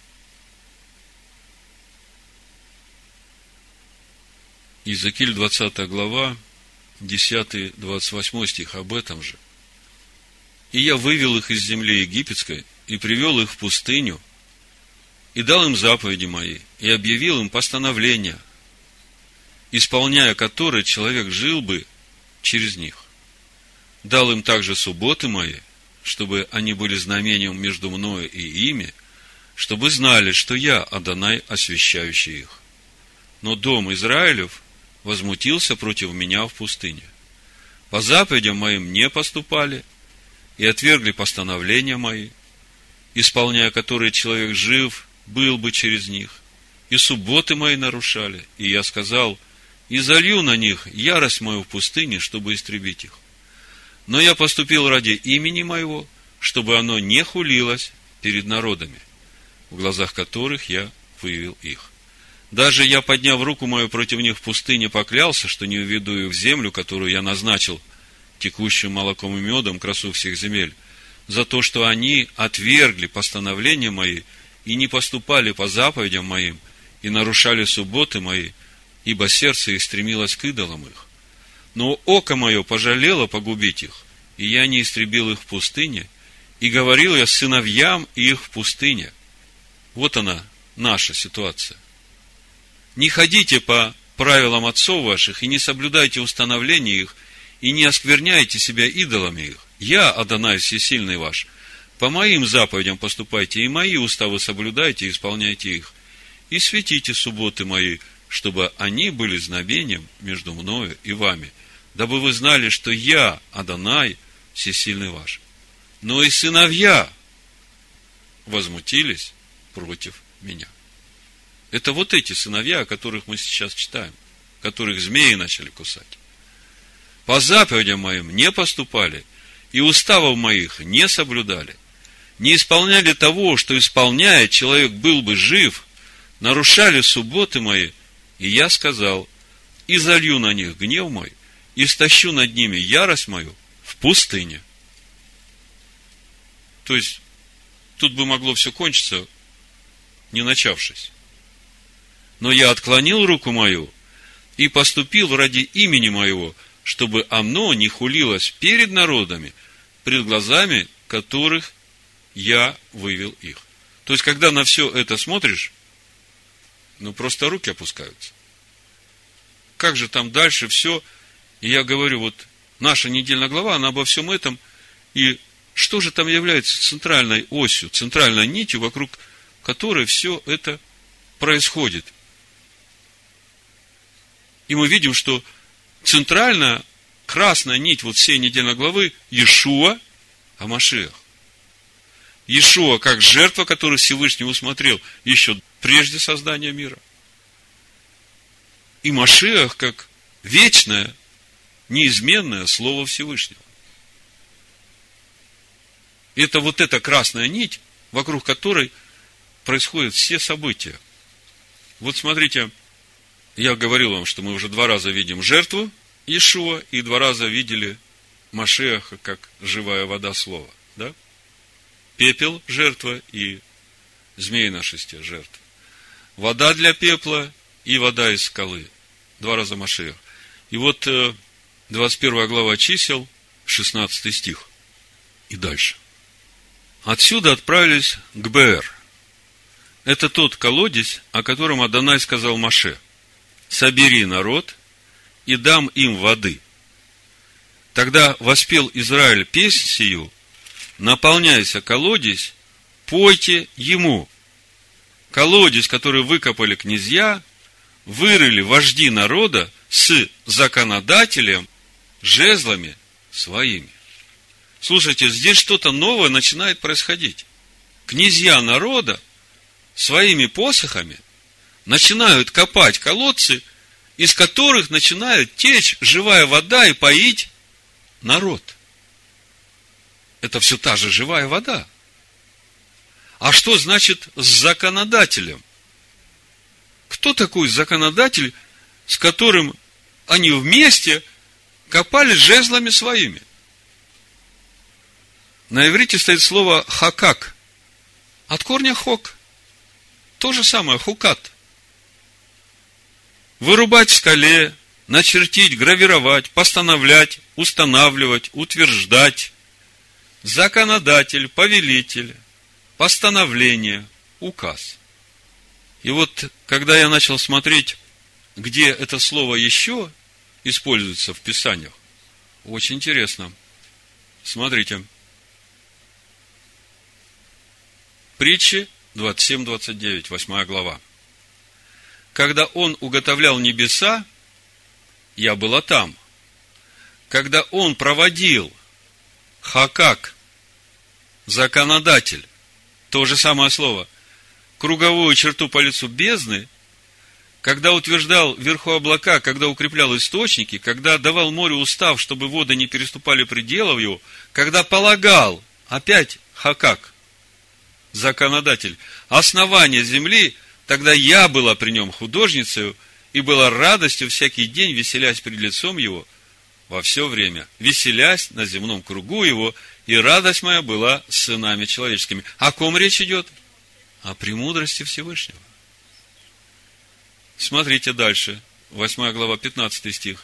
A: Иезекииль, двадцатая глава, десятый двадцать восьмой стих, об этом же. «И я вывел их из земли египетской, и привел их в пустыню, и дал им заповеди мои, и объявил им постановления, исполняя которые человек жил бы через них. Дал им также субботы мои, чтобы они были знамением между мною и ими, чтобы знали, что я Адонай, освящающий их. Но дом Израилев возмутился против меня в пустыне. По заповедям моим не поступали, и отвергли постановления мои, исполняя которые человек жив был бы через них, и субботы мои нарушали. И я сказал, и залью на них ярость мою в пустыне, чтобы истребить их. Но я поступил ради имени моего, чтобы оно не хулилось перед народами, в глазах которых я вывел их. Даже я, подняв руку мою против них в пустыне, поклялся, что не уведу их в землю, которую я назначил, текущим молоком и медом, красу всех земель, за то, что они отвергли постановления мои и не поступали по заповедям моим и нарушали субботы мои, ибо сердце их стремилось к идолам их. Но око мое пожалело погубить их, и я не истребил их в пустыне, и говорил я сыновьям их в пустыне». Вот она, наша ситуация. Не ходите по правилам отцов ваших, и не соблюдайте установления их, и не оскверняйте себя идолами их. Я, Адонай всесильный ваш, по моим заповедям поступайте, и мои уставы соблюдайте, и исполняйте их. И светите субботы мои, чтобы они были знамением между мною и вами, дабы вы знали, что я, Адонай, всесильный ваш. Но и сыновья возмутились против меня. Это вот эти сыновья, о которых мы сейчас читаем, которых змеи начали кусать. По заповедям моим не поступали, и уставов моих не соблюдали, не исполняли того, что исполняя, человек был бы жив, нарушали субботы мои, и я сказал: и залью на них гнев мой, и стащу над ними ярость мою в пустыне. То есть, тут бы могло все кончиться, не начавшись. Но я отклонил руку мою и поступил ради имени моего, чтобы оно не хулилось перед народами, пред глазами которых я вывел их. То есть, когда на все это смотришь, ну, просто руки опускаются. Как же там дальше все? И я говорю, вот наша недельная глава, она обо всем этом. И что же там является центральной осью, центральной нитью, вокруг которой все это происходит? И мы видим, что центральная красная нить вот всей недельной главы Иешуа ха-Машиах. Иешуа как жертва, которую Всевышний усмотрел еще прежде создания мира. И Машиах как вечное, неизменное Слово Всевышнего. Это вот эта красная нить, вокруг которой происходят все события. Вот смотрите, я говорил вам, что мы уже два раза видим жертву Иешуа и два раза видели Машиаха как живая вода Слова. Да? Пепел – жертва и змеи на шесте – жертва. Вода для пепла и вода из скалы. Два раза Машиах. И вот двадцать первая глава Чисел, шестнадцатый стих. И дальше. Отсюда отправились к Беэр. Это тот колодец, о котором Адонай сказал Моше: собери народ и дам им воды. Тогда воспел Израиль песнь сию: наполняйся колодец, пойте ему. Колодец, который выкопали князья, вырыли вожди народа с законодателем, жезлами своими. Слушайте, здесь что-то новое начинает происходить. Князья народа своими посохами начинают копать колодцы, из которых начинает течь живая вода и поить народ. Это все та же живая вода. А что значит с законодателем? Кто такой законодатель, с которым они вместе копали жезлами своими? На иврите стоит слово хакак. От корня хок. То же самое, хукат. Вырубать в скале, начертить, гравировать, постановлять, устанавливать, утверждать. Законодатель, повелитель, постановление, указ. И вот, когда я начал смотреть, где это слово еще используется в Писаниях, очень интересно. Смотрите. Притчи двадцать семь двадцать девять, восьмая глава. Когда он уготовлял небеса, я была там. Когда он проводил хакак, законодатель, то же самое слово, круговую черту по лицу бездны, когда утверждал вверху облака, когда укреплял источники, когда давал морю устав, чтобы воды не переступали пределов его, когда полагал, опять хакак, законодатель, основание земли, тогда я была при нем художницей и была радостью всякий день, веселясь пред лицом его во все время, веселясь на земном кругу его и радость моя была с сынами человеческими. О ком речь идет? О премудрости Всевышнего. Смотрите дальше. восьмая глава, пятнадцатый стих.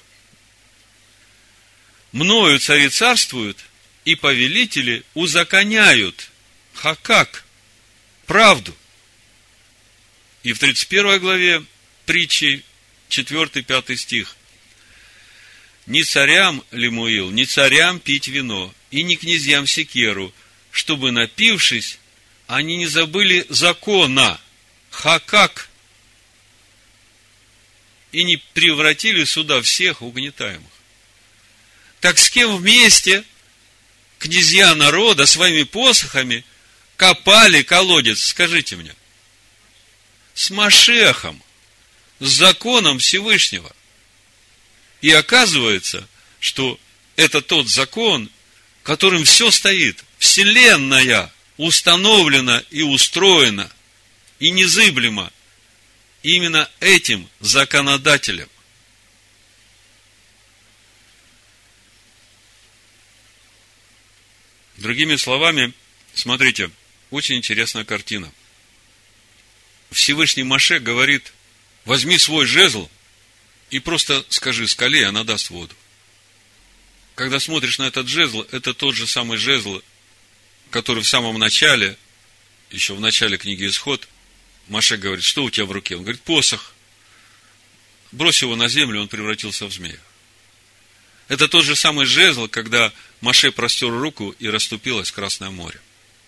A: Мною цари царствуют, и повелители узаконяют. Хакак. Правду. И в тридцать первой главе притчи, четвёртый-пятый стих. Не царям Лемуил, не царям пить вино, и не князьям секеру, чтобы, напившись, они не забыли закона, хакак, и не превратили сюда всех угнетаемых. Так с кем вместе князья народа своими посохами копали колодец, скажите мне? С Машехом, с законом Всевышнего. И оказывается, что это тот закон, которым все стоит. Вселенная установлена и устроена, и незыблема именно этим законодателем. Другими словами, смотрите, очень интересная картина. Всевышний Моше говорит: возьми свой жезл и просто скажи скале, и она даст воду. Когда смотришь на этот жезл, это тот же самый жезл, который в самом начале, еще в начале книги Исход, Моше говорит: что у тебя в руке? Он говорит: посох. Брось его на землю, он превратился в змея. Это тот же самый жезл, когда Моше простер руку, и расступилось Красное море.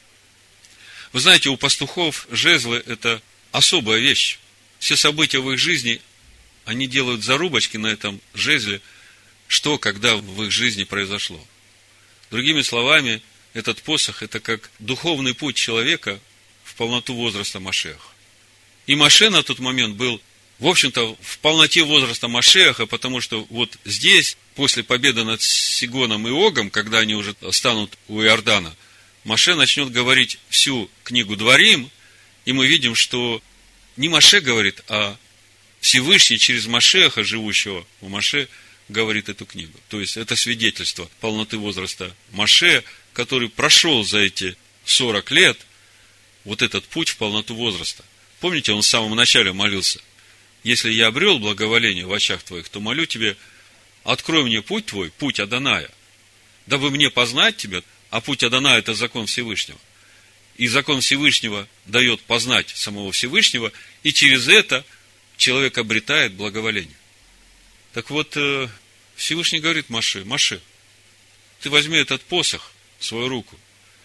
A: Вы знаете, у пастухов жезлы – это особая вещь. Все события в их жизни, они делают зарубочки на этом жезле, что, когда в их жизни произошло. Другими словами, этот посох – это как духовный путь человека в полноту возраста Машеха. И Моше на тот момент был, в общем-то, в полноте возраста Машеха, потому что вот здесь, после победы над Сигоном и Огом, когда они уже станут у Иордана, Моше начнет говорить всю книгу Дворим, и мы видим, что не Моше говорит, а Всевышний через Машеха, живущего у Моше, говорит эту книгу. То есть, это свидетельство полноты возраста Моше, который прошел за эти сорок лет вот этот путь в полноту возраста. Помните, он в самом начале молился: если я обрел благоволение в очах твоих, то молю тебе, открой мне путь твой, путь Адоная, дабы мне познать тебя, а путь Адоная – это закон Всевышнего. И закон Всевышнего дает познать самого Всевышнего, и через это человек обретает благоволение. Так вот, Всевышний говорит Моше: Моше, ты возьми этот посох в свою руку,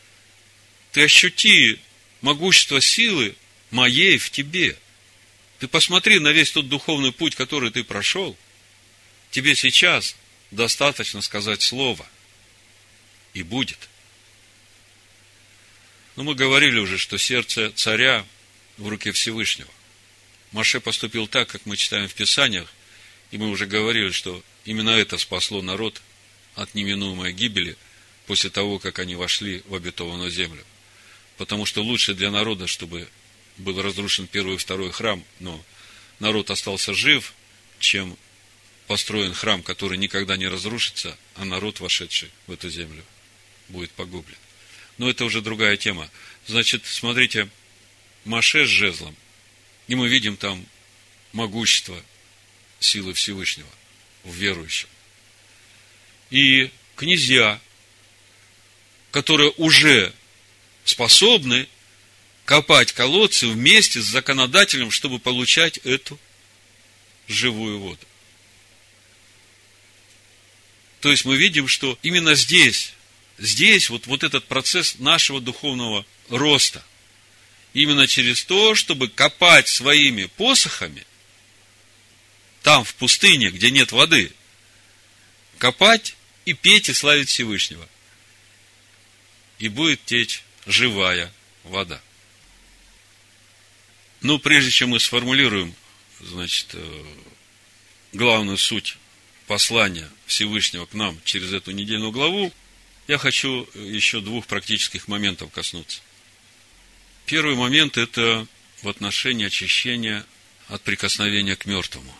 A: ты ощути могущество силы моей в тебе. Ты посмотри на весь тот духовный путь, который ты прошел. Тебе сейчас достаточно сказать слово, и будет. Но мы говорили уже, что сердце царя в руке Всевышнего. Моше поступил так, как мы читаем в Писаниях, и мы уже говорили, что именно это спасло народ от неминуемой гибели после того, как они вошли в обетованную землю. Потому что лучше для народа, чтобы был разрушен первый и второй храм, но народ остался жив, чем построен храм, который никогда не разрушится, а народ, вошедший в эту землю, будет погублен. Но это уже другая тема. Значит, смотрите, Моше с жезлом, и мы видим там могущество силы Всевышнего в верующем. И князья, которые уже способны копать колодцы вместе с законодателем, чтобы получать эту живую воду. То есть мы видим, что именно здесь, здесь вот, вот этот процесс нашего духовного роста, именно через то, чтобы копать своими посохами, там, в пустыне, где нет воды, копать и петь и славить Всевышнего. И будет течь живая вода. Но прежде чем мы сформулируем, значит, главную суть послания Всевышнего к нам через эту недельную главу, я хочу еще двух практических моментов коснуться. Первый момент – это в отношении очищения от прикосновения к мертвому.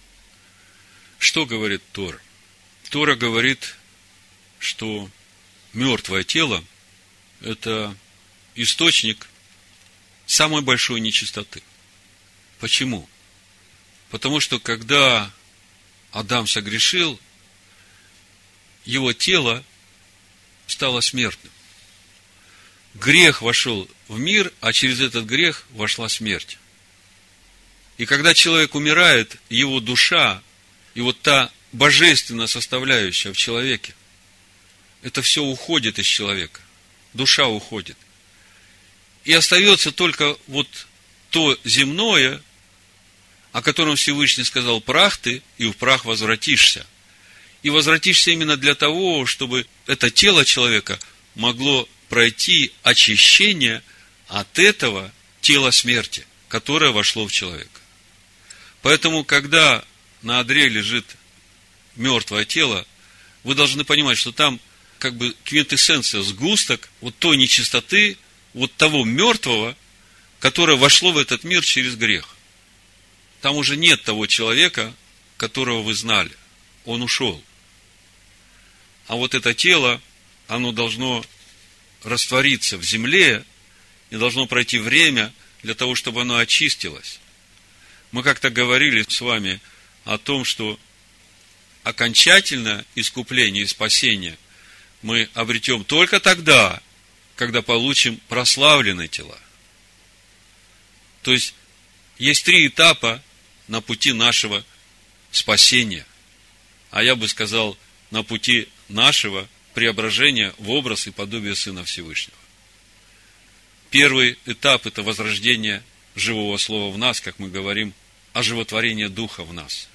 A: Что говорит Тора? Тора говорит, что мертвое тело – это источник самой большой нечистоты. Почему? Потому что, когда Адам согрешил, его тело стало смертным. Грех вошел в мир, а через этот грех вошла смерть. И когда человек умирает, его душа и вот та божественная составляющая в человеке, это все уходит из человека. Душа уходит. И остается только вот то земное, о котором Всевышний сказал: прах ты, и в прах возвратишься. И возвратишься именно для того, чтобы это тело человека могло пройти очищение от этого тела смерти, которое вошло в человека. Поэтому, когда на одре лежит мертвое тело, вы должны понимать, что там как бы квинтэссенция, сгусток вот той нечистоты, вот того мертвого, которое вошло в этот мир через грех. Там уже нет того человека, которого вы знали. Он ушел. А вот это тело, оно должно раствориться в земле, и должно пройти время для того, чтобы оно очистилось. Мы как-то говорили с вами о том, что окончательное искупление и спасение мы обретем только тогда, когда получим прославленные тела. То есть, есть три этапа на пути нашего спасения. А я бы сказал, на пути нашего преображения в образ и подобие Сына Всевышнего. Первый этап – это возрождение живого слова в нас, как мы говорим, оживотворение духа в нас.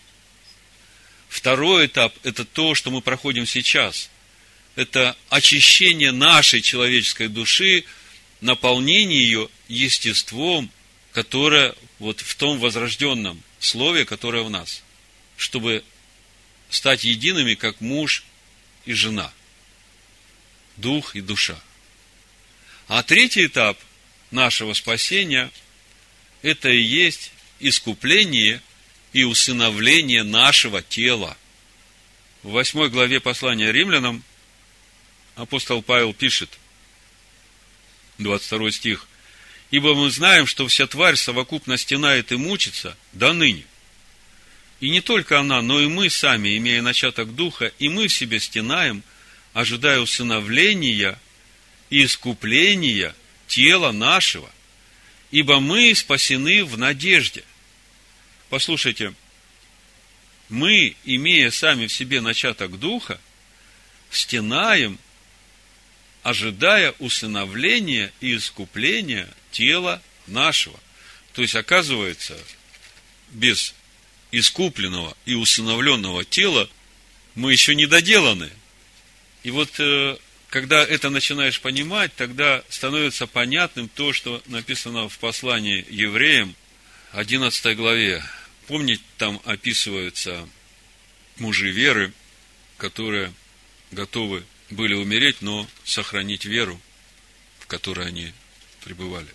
A: Второй этап – это то, что мы проходим сейчас. Это очищение нашей человеческой души, наполнение ее естеством, которое вот в том возрожденном слове, которое в нас, чтобы стать едиными, как муж и жена, дух и душа. А третий этап нашего спасения – это и есть искупление и усыновление нашего тела. В восьмой главе послания Римлянам апостол Павел пишет, двадцать второй стих: «Ибо мы знаем, что вся тварь совокупно стенает и мучится до ныне. И не только она, но и мы сами, имея начаток духа, и мы в себе стенаем, ожидая усыновления и искупления тела нашего, ибо мы спасены в надежде». Послушайте, мы, имея сами в себе начаток духа, стенаем, ожидая усыновления и искупления тела нашего. То есть, оказывается, без искупленного и усыновленного тела мы еще не доделаны. И вот, когда это начинаешь понимать, тогда становится понятным то, что написано в послании евреям, одиннадцатой главе. Помните, там описываются мужи веры, которые готовы были умереть, но сохранить веру, в которой они пребывали.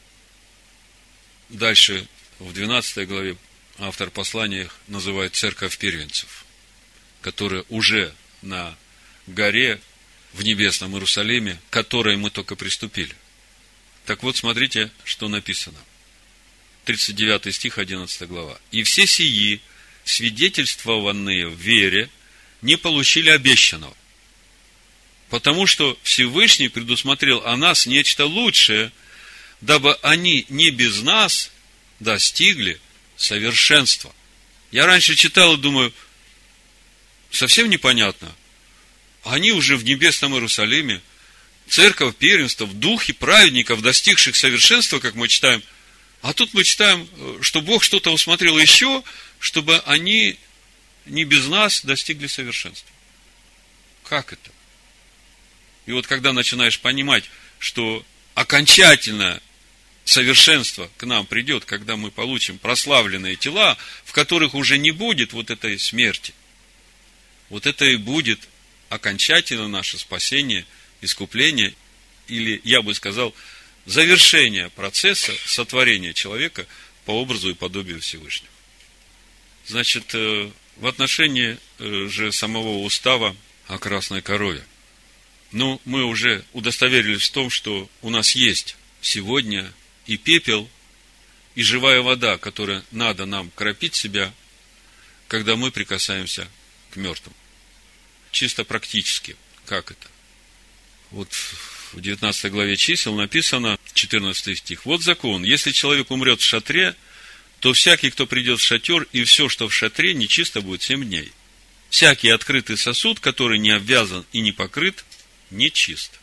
A: Дальше, в двенадцатой главе, автор послания их называет церковь первенцев, которая уже на горе в небесном Иерусалиме, к которой мы только приступили. Так вот, смотрите, что написано. тридцать девятый стих, одиннадцатая глава. «И все сии, свидетельствованные в вере, не получили обещанного, потому что Всевышний предусмотрел о нас нечто лучшее, дабы они не без нас достигли совершенства». Я раньше читал и думаю, совсем непонятно. Они уже в небесном Иерусалиме, церковь первенства, в духе праведников, достигших совершенства, как мы читаем. А тут мы читаем, что Бог что-то усмотрел еще, чтобы они не без нас достигли совершенства. Как это? И вот когда начинаешь понимать, что окончательное совершенство к нам придет, когда мы получим прославленные тела, в которых уже не будет вот этой смерти, вот это и будет окончательно наше спасение, искупление, или, я бы сказал, завершение процесса сотворения человека по образу и подобию Всевышнего. Значит, в отношении же самого устава о красной корове. Но мы уже удостоверились в том, что у нас есть сегодня и пепел, и живая вода, которая надо нам кропить себя, когда мы прикасаемся к мертвым. Чисто практически. Как это? Вот в девятнадцатой главе чисел написано, четырнадцатый стих. Вот закон. Если человек умрет в шатре, то всякий, кто придет в шатер, и все, что в шатре, нечисто будет семь дней. Всякий открытый сосуд, который не обвязан и не покрыт, нечист.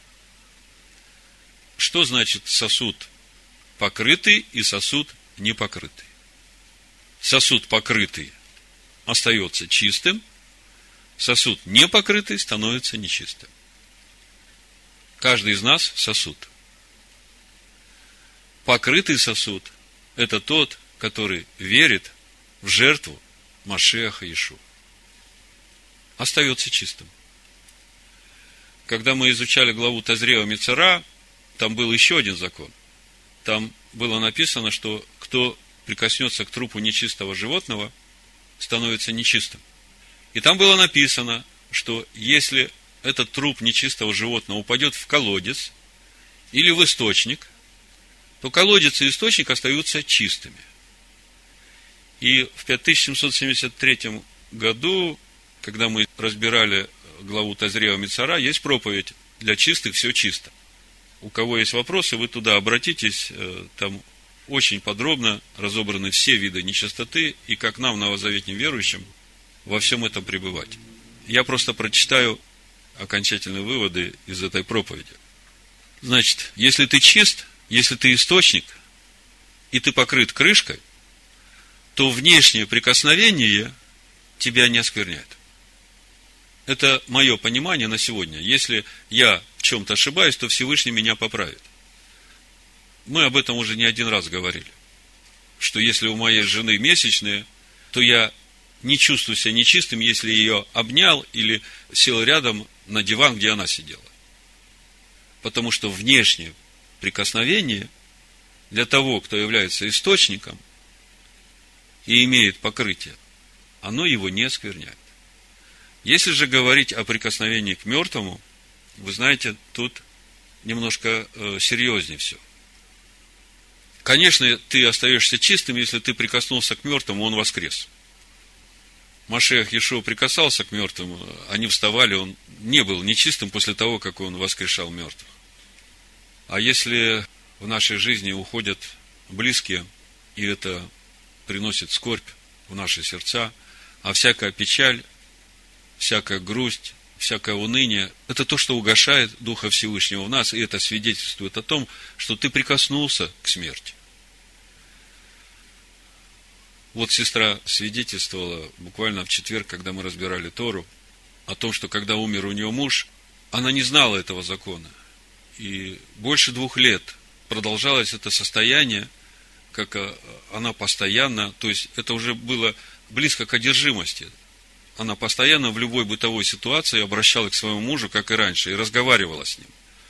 A: Что значит сосуд покрытый и сосуд не покрытый? Сосуд покрытый остается чистым, сосуд не покрытый становится нечистым. Каждый из нас сосуд. Покрытый сосуд – это тот, который верит в жертву Машиаха Иешуа. Остается чистым. Когда мы изучали главу Тазреа Мицара, там был еще один закон. Там было написано, что кто прикоснется к трупу нечистого животного, становится нечистым. И там было написано, что если этот труп нечистого животного упадет в колодец или в источник, то колодец и источник остаются чистыми. И в пять тысяч семьсот семьдесят третьем году, когда мы разбирали главу Тазреа Мицара, есть проповедь «Для чистых все чисто». У кого есть вопросы, вы туда обратитесь, там очень подробно разобраны все виды нечистоты и как нам, новозаветным верующим, во всем этом пребывать. Я просто прочитаю окончательные выводы из этой проповеди. Значит, если ты чист, если ты источник, и ты покрыт крышкой, то внешнее прикосновение тебя не оскверняет. Это мое понимание на сегодня. Если я в чем-то ошибаюсь, то Всевышний меня поправит. Мы об этом уже не один раз говорили. Что если у моей жены месячные, то я не чувствую себя нечистым, если ее обнял или сел рядом на диван, где она сидела. Потому что внешнее прикосновение для того, кто является источником и имеет покрытие, оно его не оскверняет. Если же говорить о прикосновении к мертвому, вы знаете, тут немножко э, серьезнее все. Конечно, ты остаешься чистым, если ты прикоснулся к мертвому, он воскрес. Машиах Иешуа прикасался к мертвым, они вставали, он не был нечистым после того, как он воскрешал мертвых. А если в нашей жизни уходят близкие, и это приносит скорбь в наши сердца, а всякая печаль, всякая грусть, всякое уныние, это то, что угашает Духа Всевышнего в нас, и это свидетельствует о том, что ты прикоснулся к смерти. Вот сестра свидетельствовала буквально в четверг, когда мы разбирали Тору, о том, что когда умер у нее муж, она не знала этого закона. И больше двух лет продолжалось это состояние, как она постоянно, то есть это уже было близко к одержимости. Она постоянно в любой бытовой ситуации обращалась к своему мужу, как и раньше, и разговаривала с ним.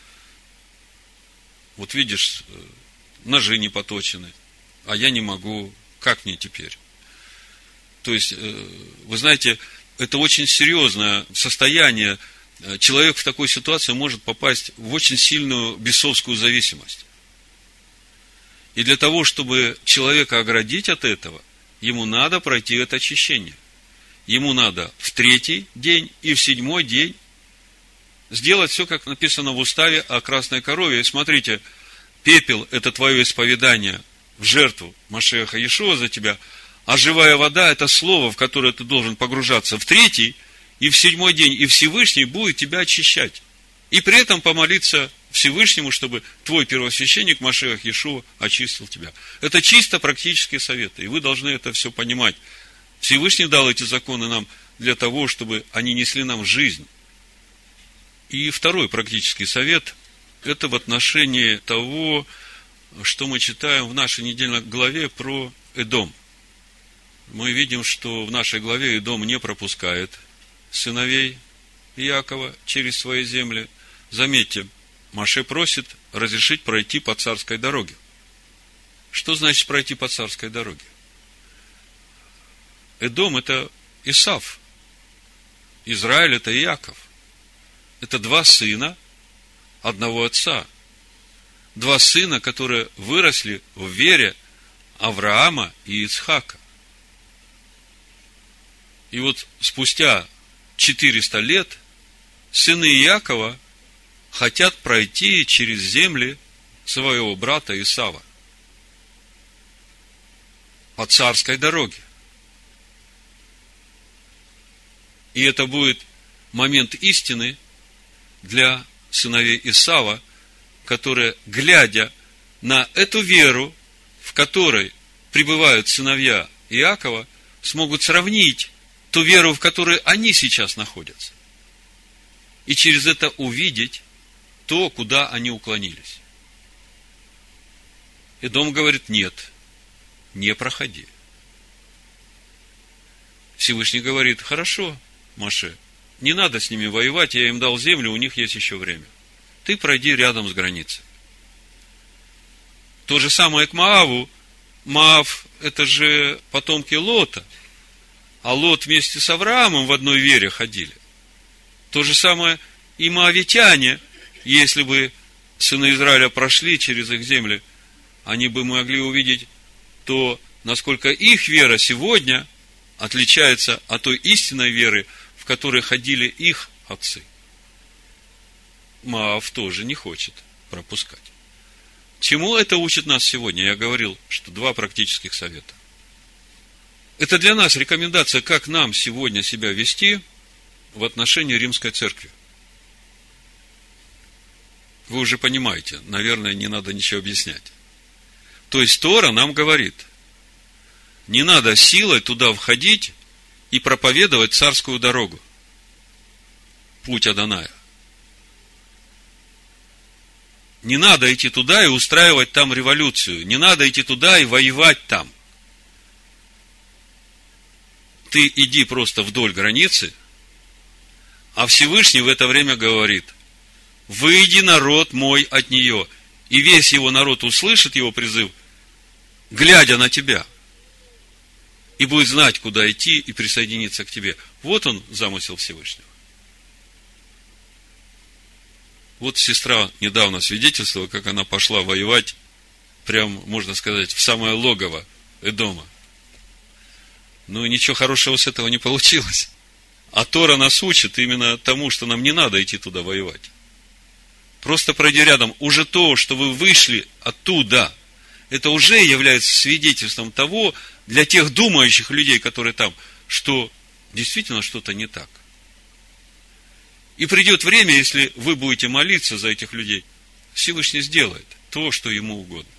A: Вот видишь, ножи не поточены, а я не могу, как мне теперь? То есть, вы знаете, это очень серьезное состояние. Человек в такой ситуации может попасть в очень сильную бесовскую зависимость. И для того, чтобы человека оградить от этого, ему надо пройти это очищение. Ему надо в третий день и в седьмой день сделать все, как написано в уставе о красной корове. И смотрите, пепел – это твое исповедание в жертву Машиаха Иешуа за тебя, а живая вода – это слово, в которое ты должен погружаться в третий и в седьмой день, и Всевышний будет тебя очищать. И при этом помолиться Всевышнему, чтобы твой первосвященник Машиах Иешуа очистил тебя. Это чисто практические советы, и вы должны это все понимать. Всевышний дал эти законы нам для того, чтобы они несли нам жизнь. И второй практический совет – это в отношении того, что мы читаем в нашей недельной главе про Эдом. Мы видим, что в нашей главе Эдом не пропускает сыновей Иакова через свои земли. Заметьте, Моше просит разрешить пройти по царской дороге. Что значит пройти по царской дороге? Эдом – это Исав. Израиль – это Иаков. Это два сына одного отца. Два сына, которые выросли в вере Авраама и Ицхака. И вот спустя четыреста лет сыны Иакова хотят пройти через земли своего брата Исава по царской дороге. И это будет момент истины для сыновей Исава, которые, глядя на эту веру, в которой пребывают сыновья Иакова, смогут сравнить ту веру, в которой они сейчас находятся, и через это увидеть то, куда они уклонились. Эдом говорит: нет, не проходи. Всевышний говорит: хорошо, Моше, не надо с ними воевать, я им дал землю, у них есть еще время. Ты пройди рядом с границей. То же самое к Моаву. Моав – это же потомки Лота. А Лот вместе с Авраамом в одной вере ходили. То же самое и моавитяне, если бы сыны Израиля прошли через их земли, они бы могли увидеть то, насколько их вера сегодня отличается от той истинной веры, в которой ходили их отцы. Моав тоже не хочет пропускать. Чему это учит нас сегодня? Я говорил, что два практических совета. Это для нас рекомендация, как нам сегодня себя вести в отношении Римской Церкви. Вы уже понимаете, наверное, не надо ничего объяснять. То есть Тора нам говорит: не надо силой туда входить и проповедовать царскую дорогу, путь Адоная. Не надо идти туда и устраивать там революцию. Не надо идти туда и воевать там. Ты иди просто вдоль границы, а Всевышний в это время говорит: выйди, народ мой, от нее. И весь его народ услышит его призыв, глядя на тебя, и будет знать, куда идти, и присоединиться к тебе. Вот он, замысел Всевышнего. Вот сестра недавно свидетельствовала, как она пошла воевать, прям, можно сказать, в самое логово Эдома. Ну, ничего хорошего с этого не получилось. А Тора нас учит именно тому, что нам не надо идти туда воевать. Просто пройди рядом. Уже то, что вы вышли оттуда, это уже является свидетельством того, для тех думающих людей, которые там, что действительно что-то не так. И придет время, если вы будете молиться за этих людей, Всевышний сделает то, что ему угодно.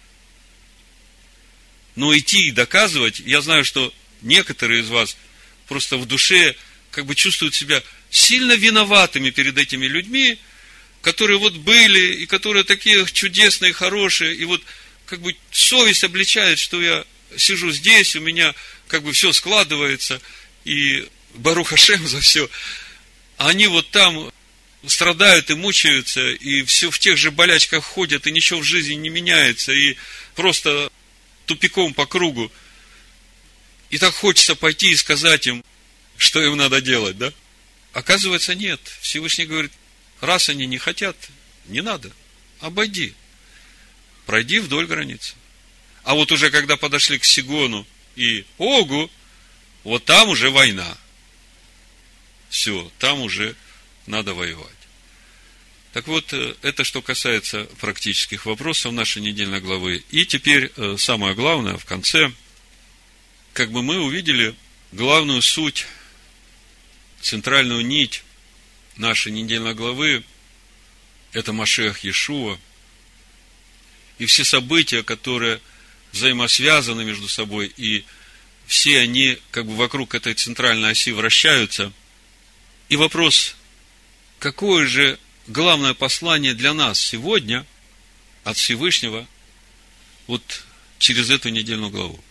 A: Но идти и доказывать, я знаю, что некоторые из вас просто в душе как бы чувствуют себя сильно виноватыми перед этими людьми, которые вот были, и которые такие чудесные, хорошие, и вот как бы совесть обличает, что я сижу здесь, у меня как бы все складывается, и Барух Ашем за все. А они вот там страдают и мучаются, и все в тех же болячках ходят, и ничего в жизни не меняется, и просто тупиком по кругу. И так хочется пойти и сказать им, что им надо делать, да? Оказывается, нет. Всевышний говорит: раз они не хотят, не надо, обойди, пройди вдоль границы. А вот уже когда подошли к Сигону и Огу, вот там уже война. Все, там уже надо воевать. Так вот, это что касается практических вопросов нашей недельной главы. И теперь самое главное в конце. Как бы мы увидели главную суть, центральную нить нашей недельной главы, это Машиах Иешуа. И все события, которые взаимосвязаны между собой, и все они как бы вокруг этой центральной оси вращаются. И вопрос, какое же главное послание для нас сегодня от Всевышнего вот через эту недельную главу?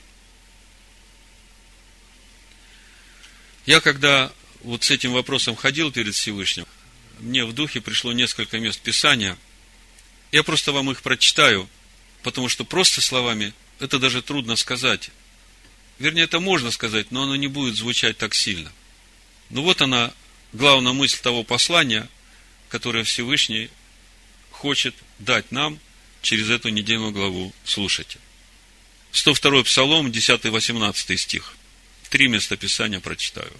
A: Я когда вот с этим вопросом ходил перед Всевышним, мне в духе пришло несколько мест Писания. Я просто вам их прочитаю, потому что просто словами это даже трудно сказать. Вернее, это можно сказать, но оно не будет звучать так сильно. Ну вот она, главная мысль того послания, которое Всевышний хочет дать нам через эту недельную главу. Слушайте. сто второй Псалом, десятый-восемнадцатый стих. Три местописания прочитаю.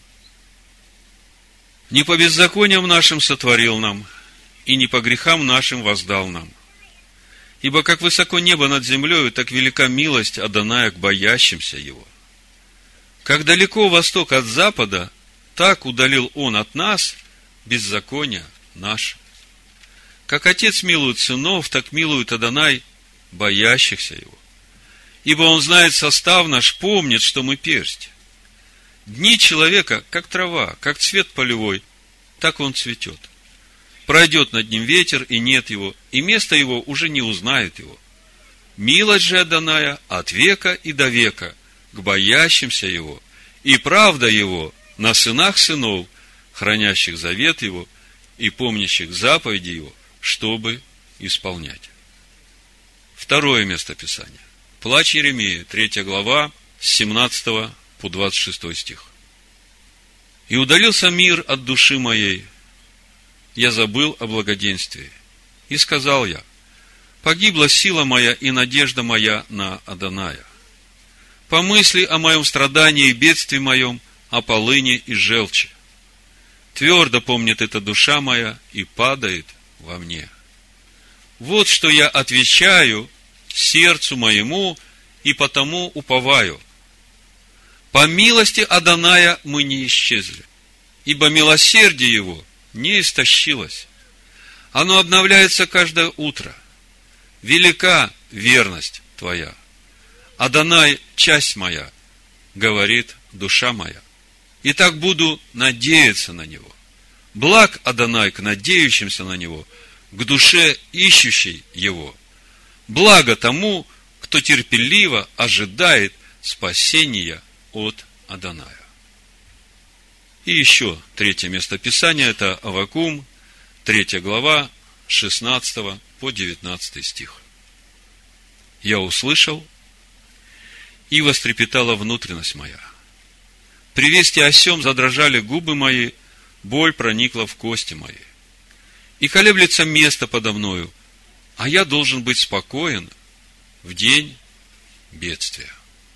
A: «Не по беззакониям нашим сотворил нам, и не по грехам нашим воздал нам. Ибо как высоко небо над землею, так велика милость Адоная к боящимся Его. Как далеко восток от запада, так удалил Он от нас беззакония наше. Как отец милует сынов, так милует Адонай боящихся Его. Ибо Он знает состав наш, помнит, что мы персть. Дни человека, как трава, как цвет полевой, так он цветет. Пройдет над ним ветер, и нет его, и место его уже не узнает его. Милость же Адоная от века и до века к боящимся его, и правда его на сынах сынов, хранящих завет его и помнящих заповеди его, чтобы исполнять». Второе местописание. Плач Иеремии, третья глава, с семнадцатого по двадцать шестой стих. «И удалился мир от души моей, я забыл о благоденствии. И сказал я: погибла сила моя и надежда моя на Адоная. Помысли о моем страдании и бедствии моем, о полыне и желчи. Твердо помнит эта душа моя и падает во мне. Вот что я отвечаю сердцу моему, и потому уповаю. По милости Адоная мы не исчезли, ибо милосердие его не истощилось. Оно обновляется каждое утро. Велика верность твоя. Адонай, часть моя, говорит душа моя. И так буду надеяться на него. Благ Адонай к надеющимся на него, к душе ищущей его. Благо тому, кто терпеливо ожидает спасения от Адоная. И еще третье место Писания, это Аввакум, третья глава, шестнадцатого по девятнадцатый стих. «Я услышал, и вострепетала внутренность моя. При вести о сем задрожали губы мои, боль проникла в кости мои. И колеблется место подо мною, а я должен быть спокоен в день бедствия,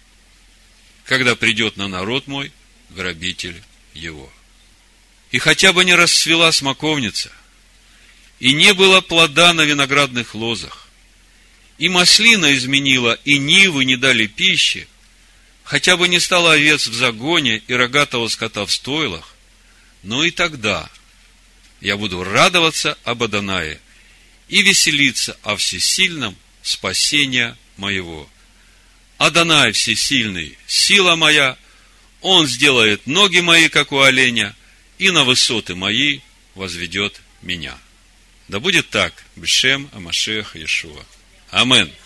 A: когда придет на народ мой грабитель его. И хотя бы не расцвела смоковница, и не было плода на виноградных лозах, и маслина изменила, и нивы не дали пищи, хотя бы не стало овец в загоне и рогатого скота в стойлах, но и тогда я буду радоваться об Адонае и веселиться о всесильном спасения моего. Адонай всесильный, сила моя, Он сделает ноги мои, как у оленя, и на высоты мои возведет меня». Да будет так, Бешем Амашех Иешуа. Амен.